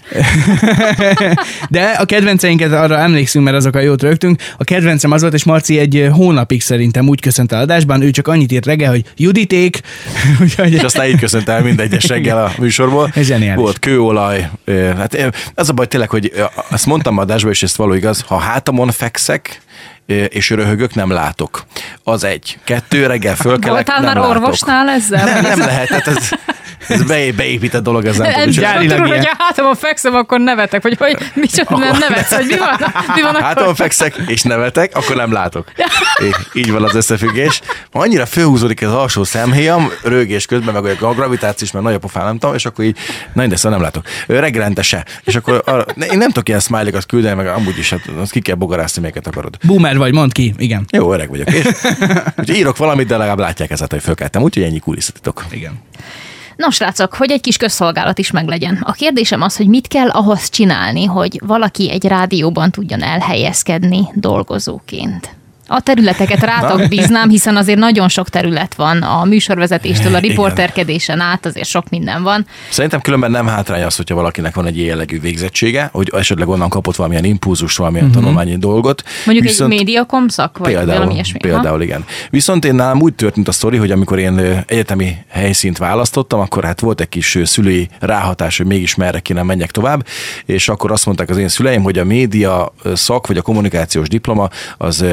Speaker 2: de a kedvenceinket arra emlékszünk, mert azokkal jót rögtünk. A kedvencem az volt, és Marci egy hónapig szerintem úgy köszönt el adásban, ő csak annyit írt reggel, hogy Juditék.
Speaker 3: És aztán így köszönt el minden egyes reggel a műsorból. Volt kőolaj. Hát az a baj tényleg, hogy azt mondtam adásban, és ezt való igaz, ha hátamon fekszek, és röhögök, nem látok. Az 1. 2, reggel fölkelek, nem látok.
Speaker 1: Voltál már orvosnál ezzel?
Speaker 3: Nem lehet, tehát ez beépített dolog, ez nem tudom.
Speaker 1: Tudod, hogyha hátamon fekszem, akkor nevetek, vagy hogy micsoda, nem nevetsz, hogy mi van akkor?
Speaker 3: Hátamon fekszek, és nevetek, akkor nem látok. Így van az összefüggés. Annyira fölhúzódik az alsó szemhéjam, rögés közben, meg a gravitációs, mert nagy a pofám, nem tudom, és akkor így, na de szóval nem látok. Reggelente se. És akkor én nem tudok ilyen smiley-kat küldeni, meg amúgy is, hát azt ki kell bogarászni, melyiket akarod.
Speaker 2: Boomer vagy, mondd ki, igen.
Speaker 3: Jó, öreg vagyok. És írok valamit, de legalább látják ezzel, hogy fölkeltem. Úgyhogy ennyi kulisszatitok.
Speaker 2: Igen.
Speaker 1: Na, srácok, hogy egy kis közszolgálat is meglegyen. A kérdésem az, hogy mit kell ahhoz csinálni, hogy valaki egy rádióban tudjon elhelyezkedni dolgozóként. A területeket rátok bíznám, hiszen azért nagyon sok terület van, a műsorvezetéstől a riporterkedésen át, azért sok minden van.
Speaker 3: Szerintem különben nem hátrány az, hogyha valakinek van egy jellegű végzettsége, hogy esetleg onnan kapott valamilyen impulzust, valamilyen tanulmányi dolgot.
Speaker 1: Mondjuk egy médiakom szak, vagy valami ilyesmi.
Speaker 3: Például igen. Viszont én nálam úgy történt a sztori, hogy amikor én egyetemi helyszínt választottam, akkor hát volt egy kis szülői ráhatás, hogy mégis merre kéne menjek tovább, és akkor azt mondták az én szüleim, hogy a média szak, vagy a kommunikációs diploma az első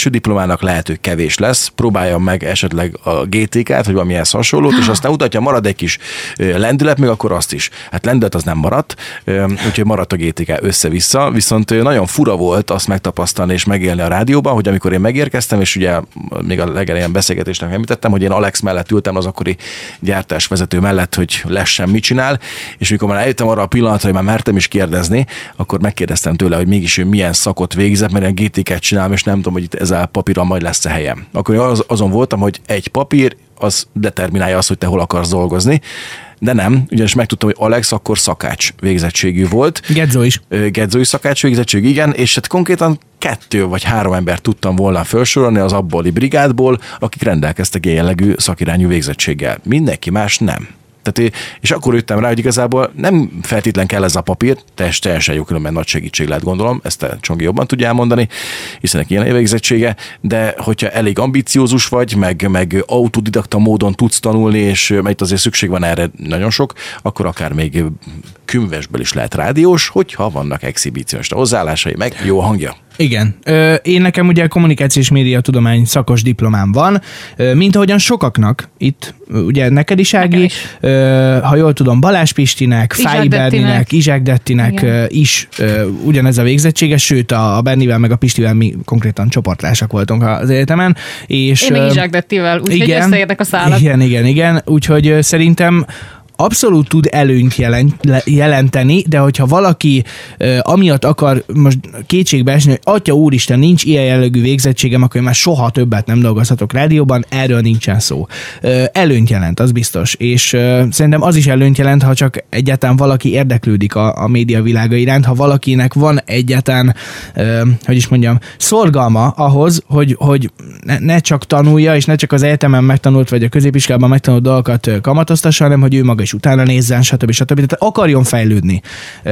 Speaker 3: első diplomának lehet, hogy kevés lesz, próbálja meg esetleg a GTK-t, vagy valamilyenhez hasonlót, és aztán utána marad egy kis lendület, még akkor azt is. Hát lendület az nem maradt, úgyhogy maradt a GTK össze-vissza, viszont nagyon fura volt azt megtapasztalni és megélni a rádióban, hogy amikor én megérkeztem, és ugye még a legelején beszélgetésnek említettem, hogy én Alex mellett ültem, az akkori gyártásvezető mellett, hogy lessen mit csinál, és amikor már eljöttem arra a pillanatra, hogy már mertem is kérdezni, akkor megkérdeztem tőle, hogy mégis ő milyen szakot végzett, mert én GTK-t csinálom, és nem tudom, hogy itt ezzel a papíron majd lesz-e helyem. Akkor azon voltam, hogy egy papír, az determinálja azt, hogy te hol akarsz dolgozni, de nem, ugyanis megtudtam, hogy Alex akkor szakács végzettségű volt.
Speaker 2: Gedzó is.
Speaker 3: Gedzó is szakács végzettségű, igen, és hát konkrétan 2 vagy 3 embert tudtam volna felsorolni az abbali brigádból, akik rendelkeztek ilyen jellegű szakirányú végzettséggel. Mindenki más nem. Tehát, és akkor jöttem rá, hogy igazából nem feltétlen kell ez a papír, teljesen jó, különben nagy segítség lehet, gondolom, ezt te Csongi jobban tudja elmondani, hiszen ilyen végzettsége, de hogyha elég ambiciózus vagy, meg autodidakta módon tudsz tanulni, és mert azért szükség van erre nagyon sok, akkor akár még kümvesből is lehet rádiós, hogyha vannak exhibíciós hozzáállásai, meg jó hangja.
Speaker 2: Igen. Én nekem ugye kommunikációs média tudomány szakos diplomám van, mint ahogyan sokaknak itt, ugye neked is, Ági, ha jól tudom, Balázs Pistinek, Fáj Berninek, Izsák Dettinek is ugyanez a végzettsége, sőt a Bernivel meg a Pistivel mi konkrétan csoporttársak voltunk az egyetemen. És,
Speaker 1: én meg Izsák Dettivel, úgyhogy összeérnek a szálak.
Speaker 2: Igen, úgyhogy szerintem abszolút tud előnyt jelenteni, de hogyha valaki amiatt akar most kétségbe esni, hogy atya úristen, nincs ilyen jellegű végzettségem, akkor én már soha többet nem dolgozhatok rádióban, erről nincsen szó. Előnyt jelent, az biztos. És szerintem az is előnyt jelent, ha csak egyáltalán valaki érdeklődik a média világa iránt, ha valakinek van egyáltalán, szorgalma ahhoz, hogy ne csak tanulja, és ne csak az egyetemen megtanult, vagy a középiskolában megtanult dolgokat kamatoztassa, hanem hogy ő maga is utána nézzen, stb. Tehát akarjon fejlődni.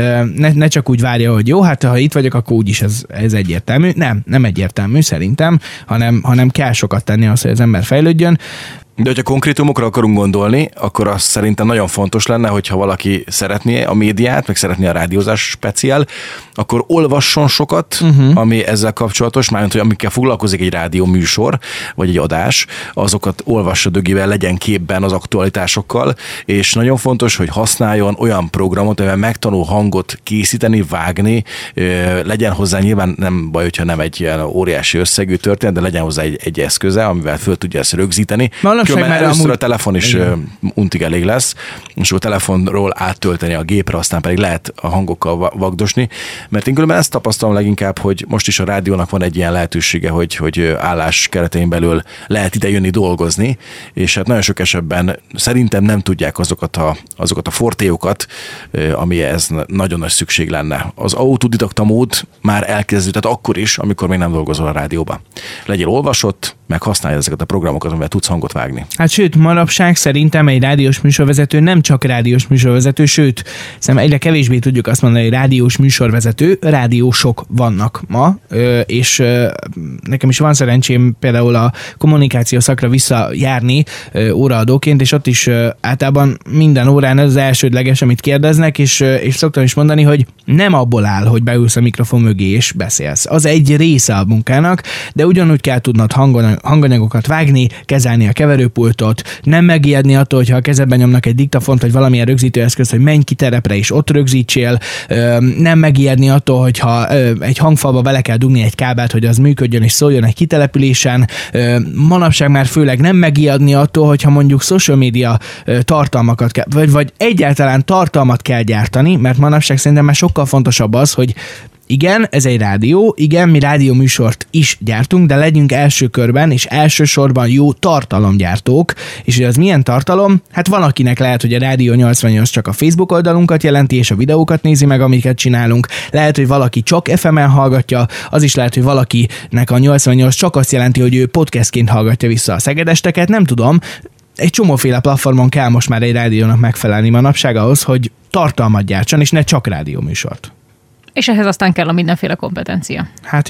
Speaker 2: Ne csak úgy várja, hogy jó, hát ha itt vagyok, akkor úgyis ez egyértelmű. Nem egyértelmű szerintem, hanem kell sokat tenni ahhoz, hogy az ember fejlődjön.
Speaker 3: De hogyha konkrétumokra akarunk gondolni, akkor az szerintem nagyon fontos lenne, hogyha valaki szeretné a médiát, meg szeretné a rádiózás speciál, akkor olvasson sokat, ami ezzel kapcsolatos, mármint, hogy amikkel foglalkozik egy rádió műsor, vagy egy adás, azokat olvassa dögivel, legyen képben az aktualitásokkal, és nagyon fontos, hogy használjon olyan programot, amivel megtanul hangot készíteni, vágni, legyen hozzá, nyilván nem baj, hogyha nem egy ilyen óriási összegű történet, de legyen hozzá egy eszköze, amivel föl tudja ezt rögzíteni. Különben először a telefon is untig elég lesz, és a telefonról áttölteni a gépre, aztán pedig lehet a hangokkal vagdosni, mert én különben ezt tapasztalom leginkább, hogy most is a rádiónak van egy ilyen lehetősége, hogy állás keretein belül lehet ide jönni dolgozni, és hát nagyon sok esetben szerintem nem tudják azokat a fortéokat, amihez nagyon nagy szükség lenne. Az autodidakta mód már elkezdődött akkor is, amikor még nem dolgozol a rádióban. Legyél olvasott, meg használj ezeket a programokat, amivel tudsz hangot vágni.
Speaker 2: Hát sőt, manapság szerintem egy rádiós műsorvezető nem csak rádiós műsorvezető, sőt, szerintem egyre kevésbé tudjuk azt mondani, hogy rádiós műsorvezető, rádiósok vannak ma, és nekem is van szerencsém például a kommunikáció szakra visszajárni óraadóként, és ott is általában minden órán ez az elsődleges, amit kérdeznek, és szoktam is mondani, hogy nem abból áll, hogy beülsz a mikrofon mögé és beszélsz. Az egy része a munkának, de ugyanúgy kell tudnod hanganyagokat vágni, kezelni a keverőpultot, nem megijedni attól, hogyha a kezedben nyomnak egy diktafont, vagy valamilyen rögzítőeszközt, hogy menj ki terepre és ott rögzítsél, nem megijedni attól, hogyha egy hangfalba bele kell dugni egy kábelt, hogy az működjön és szóljon egy kitelepülésen. Manapság már főleg nem megijedni attól, hogyha mondjuk social media tartalmakat kell, vagy egyáltalán tartalmat kell gyártani, mert manapság szerintem már sokkal fontosabb az, hogy igen, ez egy rádió, igen, mi rádióműsort is gyártunk, de legyünk első körben és elsősorban jó tartalomgyártók, és hogy az milyen tartalom? Hát van, akinek lehet, hogy a Rádió 88 csak a Facebook oldalunkat jelenti, és a videókat nézi meg, amiket csinálunk. Lehet, hogy valaki csak FM-en hallgatja, az is lehet, hogy valakinek a 88 csak azt jelenti, hogy ő podcastként hallgatja vissza a szegedesteket, nem tudom. Egy csomóféle platformon kell most már egy rádiónak megfelelni manapság ahhoz, hogy tartalmat gyártson, és ne csak rádióműsort.
Speaker 1: És ehhez aztán kell a mindenféle kompetencia.
Speaker 2: Hát igen.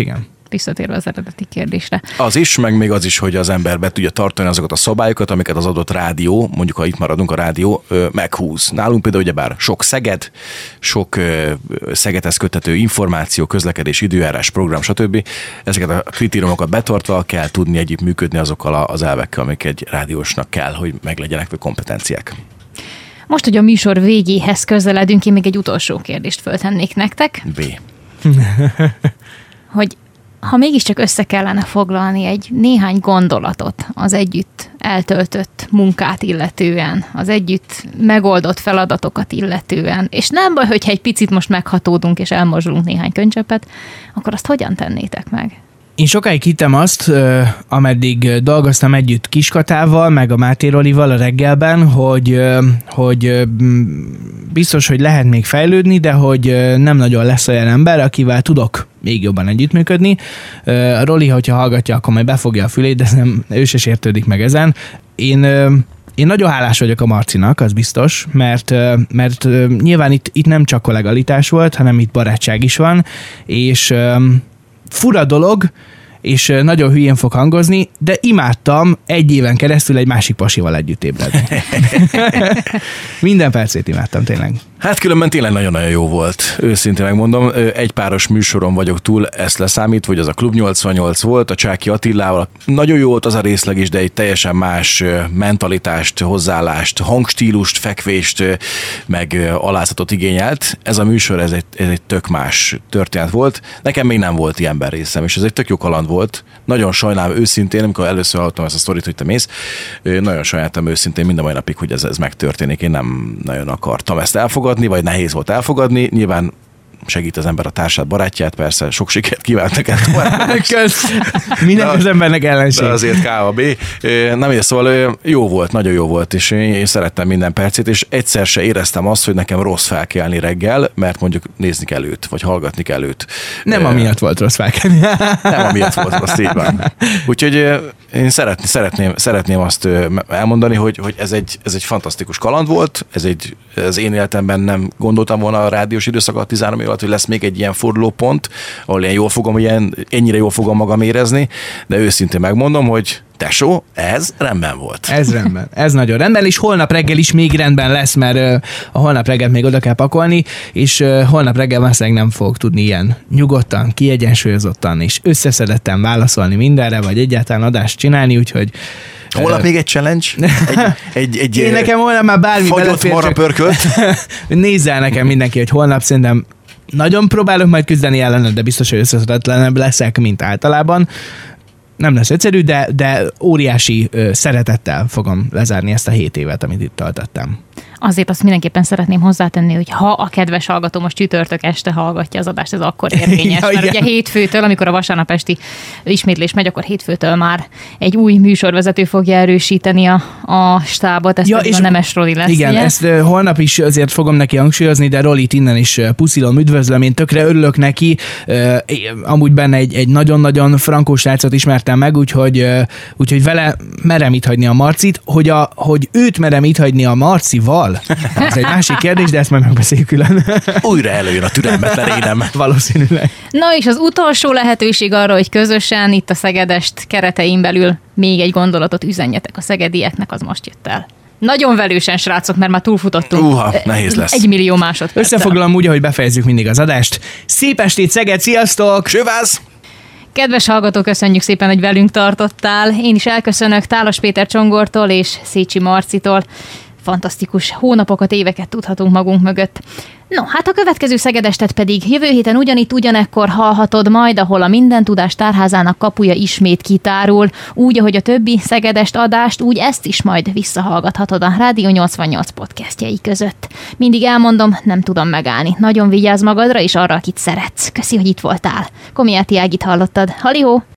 Speaker 1: visszatérve az eredeti kérdésre.
Speaker 3: Az is, meg még az is, hogy az ember be tudja tartani azokat a szabályokat, amiket az adott rádió, mondjuk ha itt maradunk a rádió, meghúz. Nálunk például ugyebár sok Szeged, sok Szegedhez köthető információ, közlekedés, időjárás, program, stb. Ezeket a kritériumokat betartva kell tudni együttműködni azokkal az elvekkel, amik egy rádiósnak kell, hogy meglegyenek, vagy kompetenciák.
Speaker 1: Most, hogy a műsor végéhez közeledünk, én még egy utolsó kérdést föltennék nektek.
Speaker 3: B.
Speaker 1: Hogy ha mégiscsak össze kellene foglalni egy néhány gondolatot az együtt eltöltött munkát illetően, az együtt megoldott feladatokat illetően, és nem baj, hogyha egy picit most meghatódunk és elmorzsolunk néhány könycsepet, akkor azt hogyan tennétek meg?
Speaker 2: Én sokáig hittem azt, ameddig dolgoztam együtt Kiskatával, meg a Máté Rolival a reggelben, hogy biztos, hogy lehet még fejlődni, de hogy nem nagyon lesz olyan ember, akivel tudok még jobban együttműködni. A Roli, hogyha hallgatja, akkor majd befogja a fülét, de ő se sértődik meg ezen. Én nagyon hálás vagyok a Marcinak, az biztos, mert nyilván itt nem csak kollegalitás volt, hanem itt barátság is van, és fura dolog, és nagyon hülyén fog hangozni, de imádtam egy éven keresztül egy másik pasival együtt ébredni. Minden percét imádtam, tényleg.
Speaker 3: Hát különben tényleg nagyon-nagyon jó volt, őszintén megmondom. Egy páros műsoron vagyok túl, ezt leszámítva, hogy az a Klub 88 volt, a Csáky Attilával. Nagyon jó volt az a részleg is, de egy teljesen más mentalitást, hozzáállást, hangstílust, fekvést, meg alázatot igényelt. Ez a műsor, ez egy tök más történet volt. Nekem még nem volt ilyen részem, és ez egy tök jó kaland volt. Nagyon sajnálom őszintén, amikor először hallottam ezt a sztorit, hogy te mész, nagyon sajnáltam őszintén mind a mai napig, hogy ez megtörténik. Én nem nagyon akartam ezt elfogadni, vagy nehéz volt elfogadni. Nyilván segít az ember a társát, barátját, persze sok sikert kívánt neked.
Speaker 2: Minden az embernek ellenség.
Speaker 3: De azért K.A.B. Nem ér, szóval jó volt, nagyon jó volt, és én szerettem minden percét, és egyszer se éreztem azt, hogy nekem rossz felkelni reggel, mert mondjuk nézni kell őt, vagy hallgatni kell őt.
Speaker 2: Nem amiatt volt rossz felkelni.
Speaker 3: Nem amiatt volt rossz, így van. Úgyhogy én szeretném azt elmondani, hogy ez egy fantasztikus kaland volt, ez én életemben nem gondoltam volna a rádiós időszak alatt 13 év alatt, hogy lesz még egy ilyen fordulópont, ahol ennyire jól fogom magam érezni, de őszintén megmondom, hogy tesó, ez rendben volt.
Speaker 2: Ez rendben. Ez nagyon rendben, és holnap reggel is még rendben lesz, mert a holnap reggelt még oda kell pakolni, és holnap reggel valószínűleg nem fogok tudni ilyen nyugodtan, kiegyensúlyozottan és összeszedetten válaszolni mindenre, vagy egyáltalán adást csinálni, úgyhogy
Speaker 3: holnap még egy challenge?
Speaker 2: Én nekem holnap már bármi
Speaker 3: fagyott marra pörkölt.
Speaker 2: Nézzel nekem mindenki, hogy holnap szerintem nagyon próbálok majd küzdeni ellene, de biztos, hogy összeszedetlenebb leszek, mint általában. Nem lesz egyszerű, de óriási szeretettel fogom lezárni ezt a 7 évet, amit itt töltöttem.
Speaker 1: Azért azt mindenképpen szeretném hozzátenni, hogy ha a kedves hallgató most csütörtök este hallgatja az adást, ez akkor érvényes. Mert ugye hétfőtől, amikor a vasárnap esti ismétlés megy, akkor hétfőtől már egy új műsorvezető fogja erősíteni a stábot, ez pedig a Nemes Roli lesz.
Speaker 2: Igen,
Speaker 1: ugye?
Speaker 2: Ezt holnap is azért fogom neki hangsúlyozni, de Rolit innen is puszilom, üdvözlöm, én tökre örülök neki. Amúgy benne egy nagyon-nagyon frankó srácot ismertem meg, úgyhogy vele merem itt hagyni a Marcit, hogy őt merem itt hagyni a Marcival. Ez egy másik kérdés, de ezt majd megbeszéljük külön.
Speaker 3: Újra előjön a türelmetlen énem.
Speaker 2: Valószínűleg.
Speaker 1: Na és az utolsó lehetőség arra, hogy közösen itt a Szegedest keretein belül még egy gondolatot üzenjetek a szegedieknek, az most jött el. Nagyon velősen, srácok, mert már túlfutottunk.
Speaker 3: Nehéz lesz.
Speaker 1: 1 millió másodperccel.
Speaker 2: Összefoglalom úgy, ahogy befejezzük mindig az adást. Szép estét, Szeged, sziasztok!
Speaker 3: Sővász!
Speaker 1: Kedves hallgató, köszönjük szépen, hogy velünk tartottál. Én is elköszönök Tálas Péter Csongortól és Szécsi Marcitól. Fantasztikus hónapokat, éveket tudhatunk magunk mögött. No, hát a következő Szegedestet pedig jövő héten ugyanekkor hallhatod majd, ahol a Minden Tudás Tárházának kapuja ismét kitárul. Úgy, ahogy a többi Szegedest adást, úgy ezt is majd visszahallgathatod a Rádió 88 podcastjai között. Mindig elmondom, nem tudom megállni. Nagyon vigyázz magadra és arra, akit szeretsz. Köszi, hogy itt voltál. Komiáti Ágit hallottad. Halihó!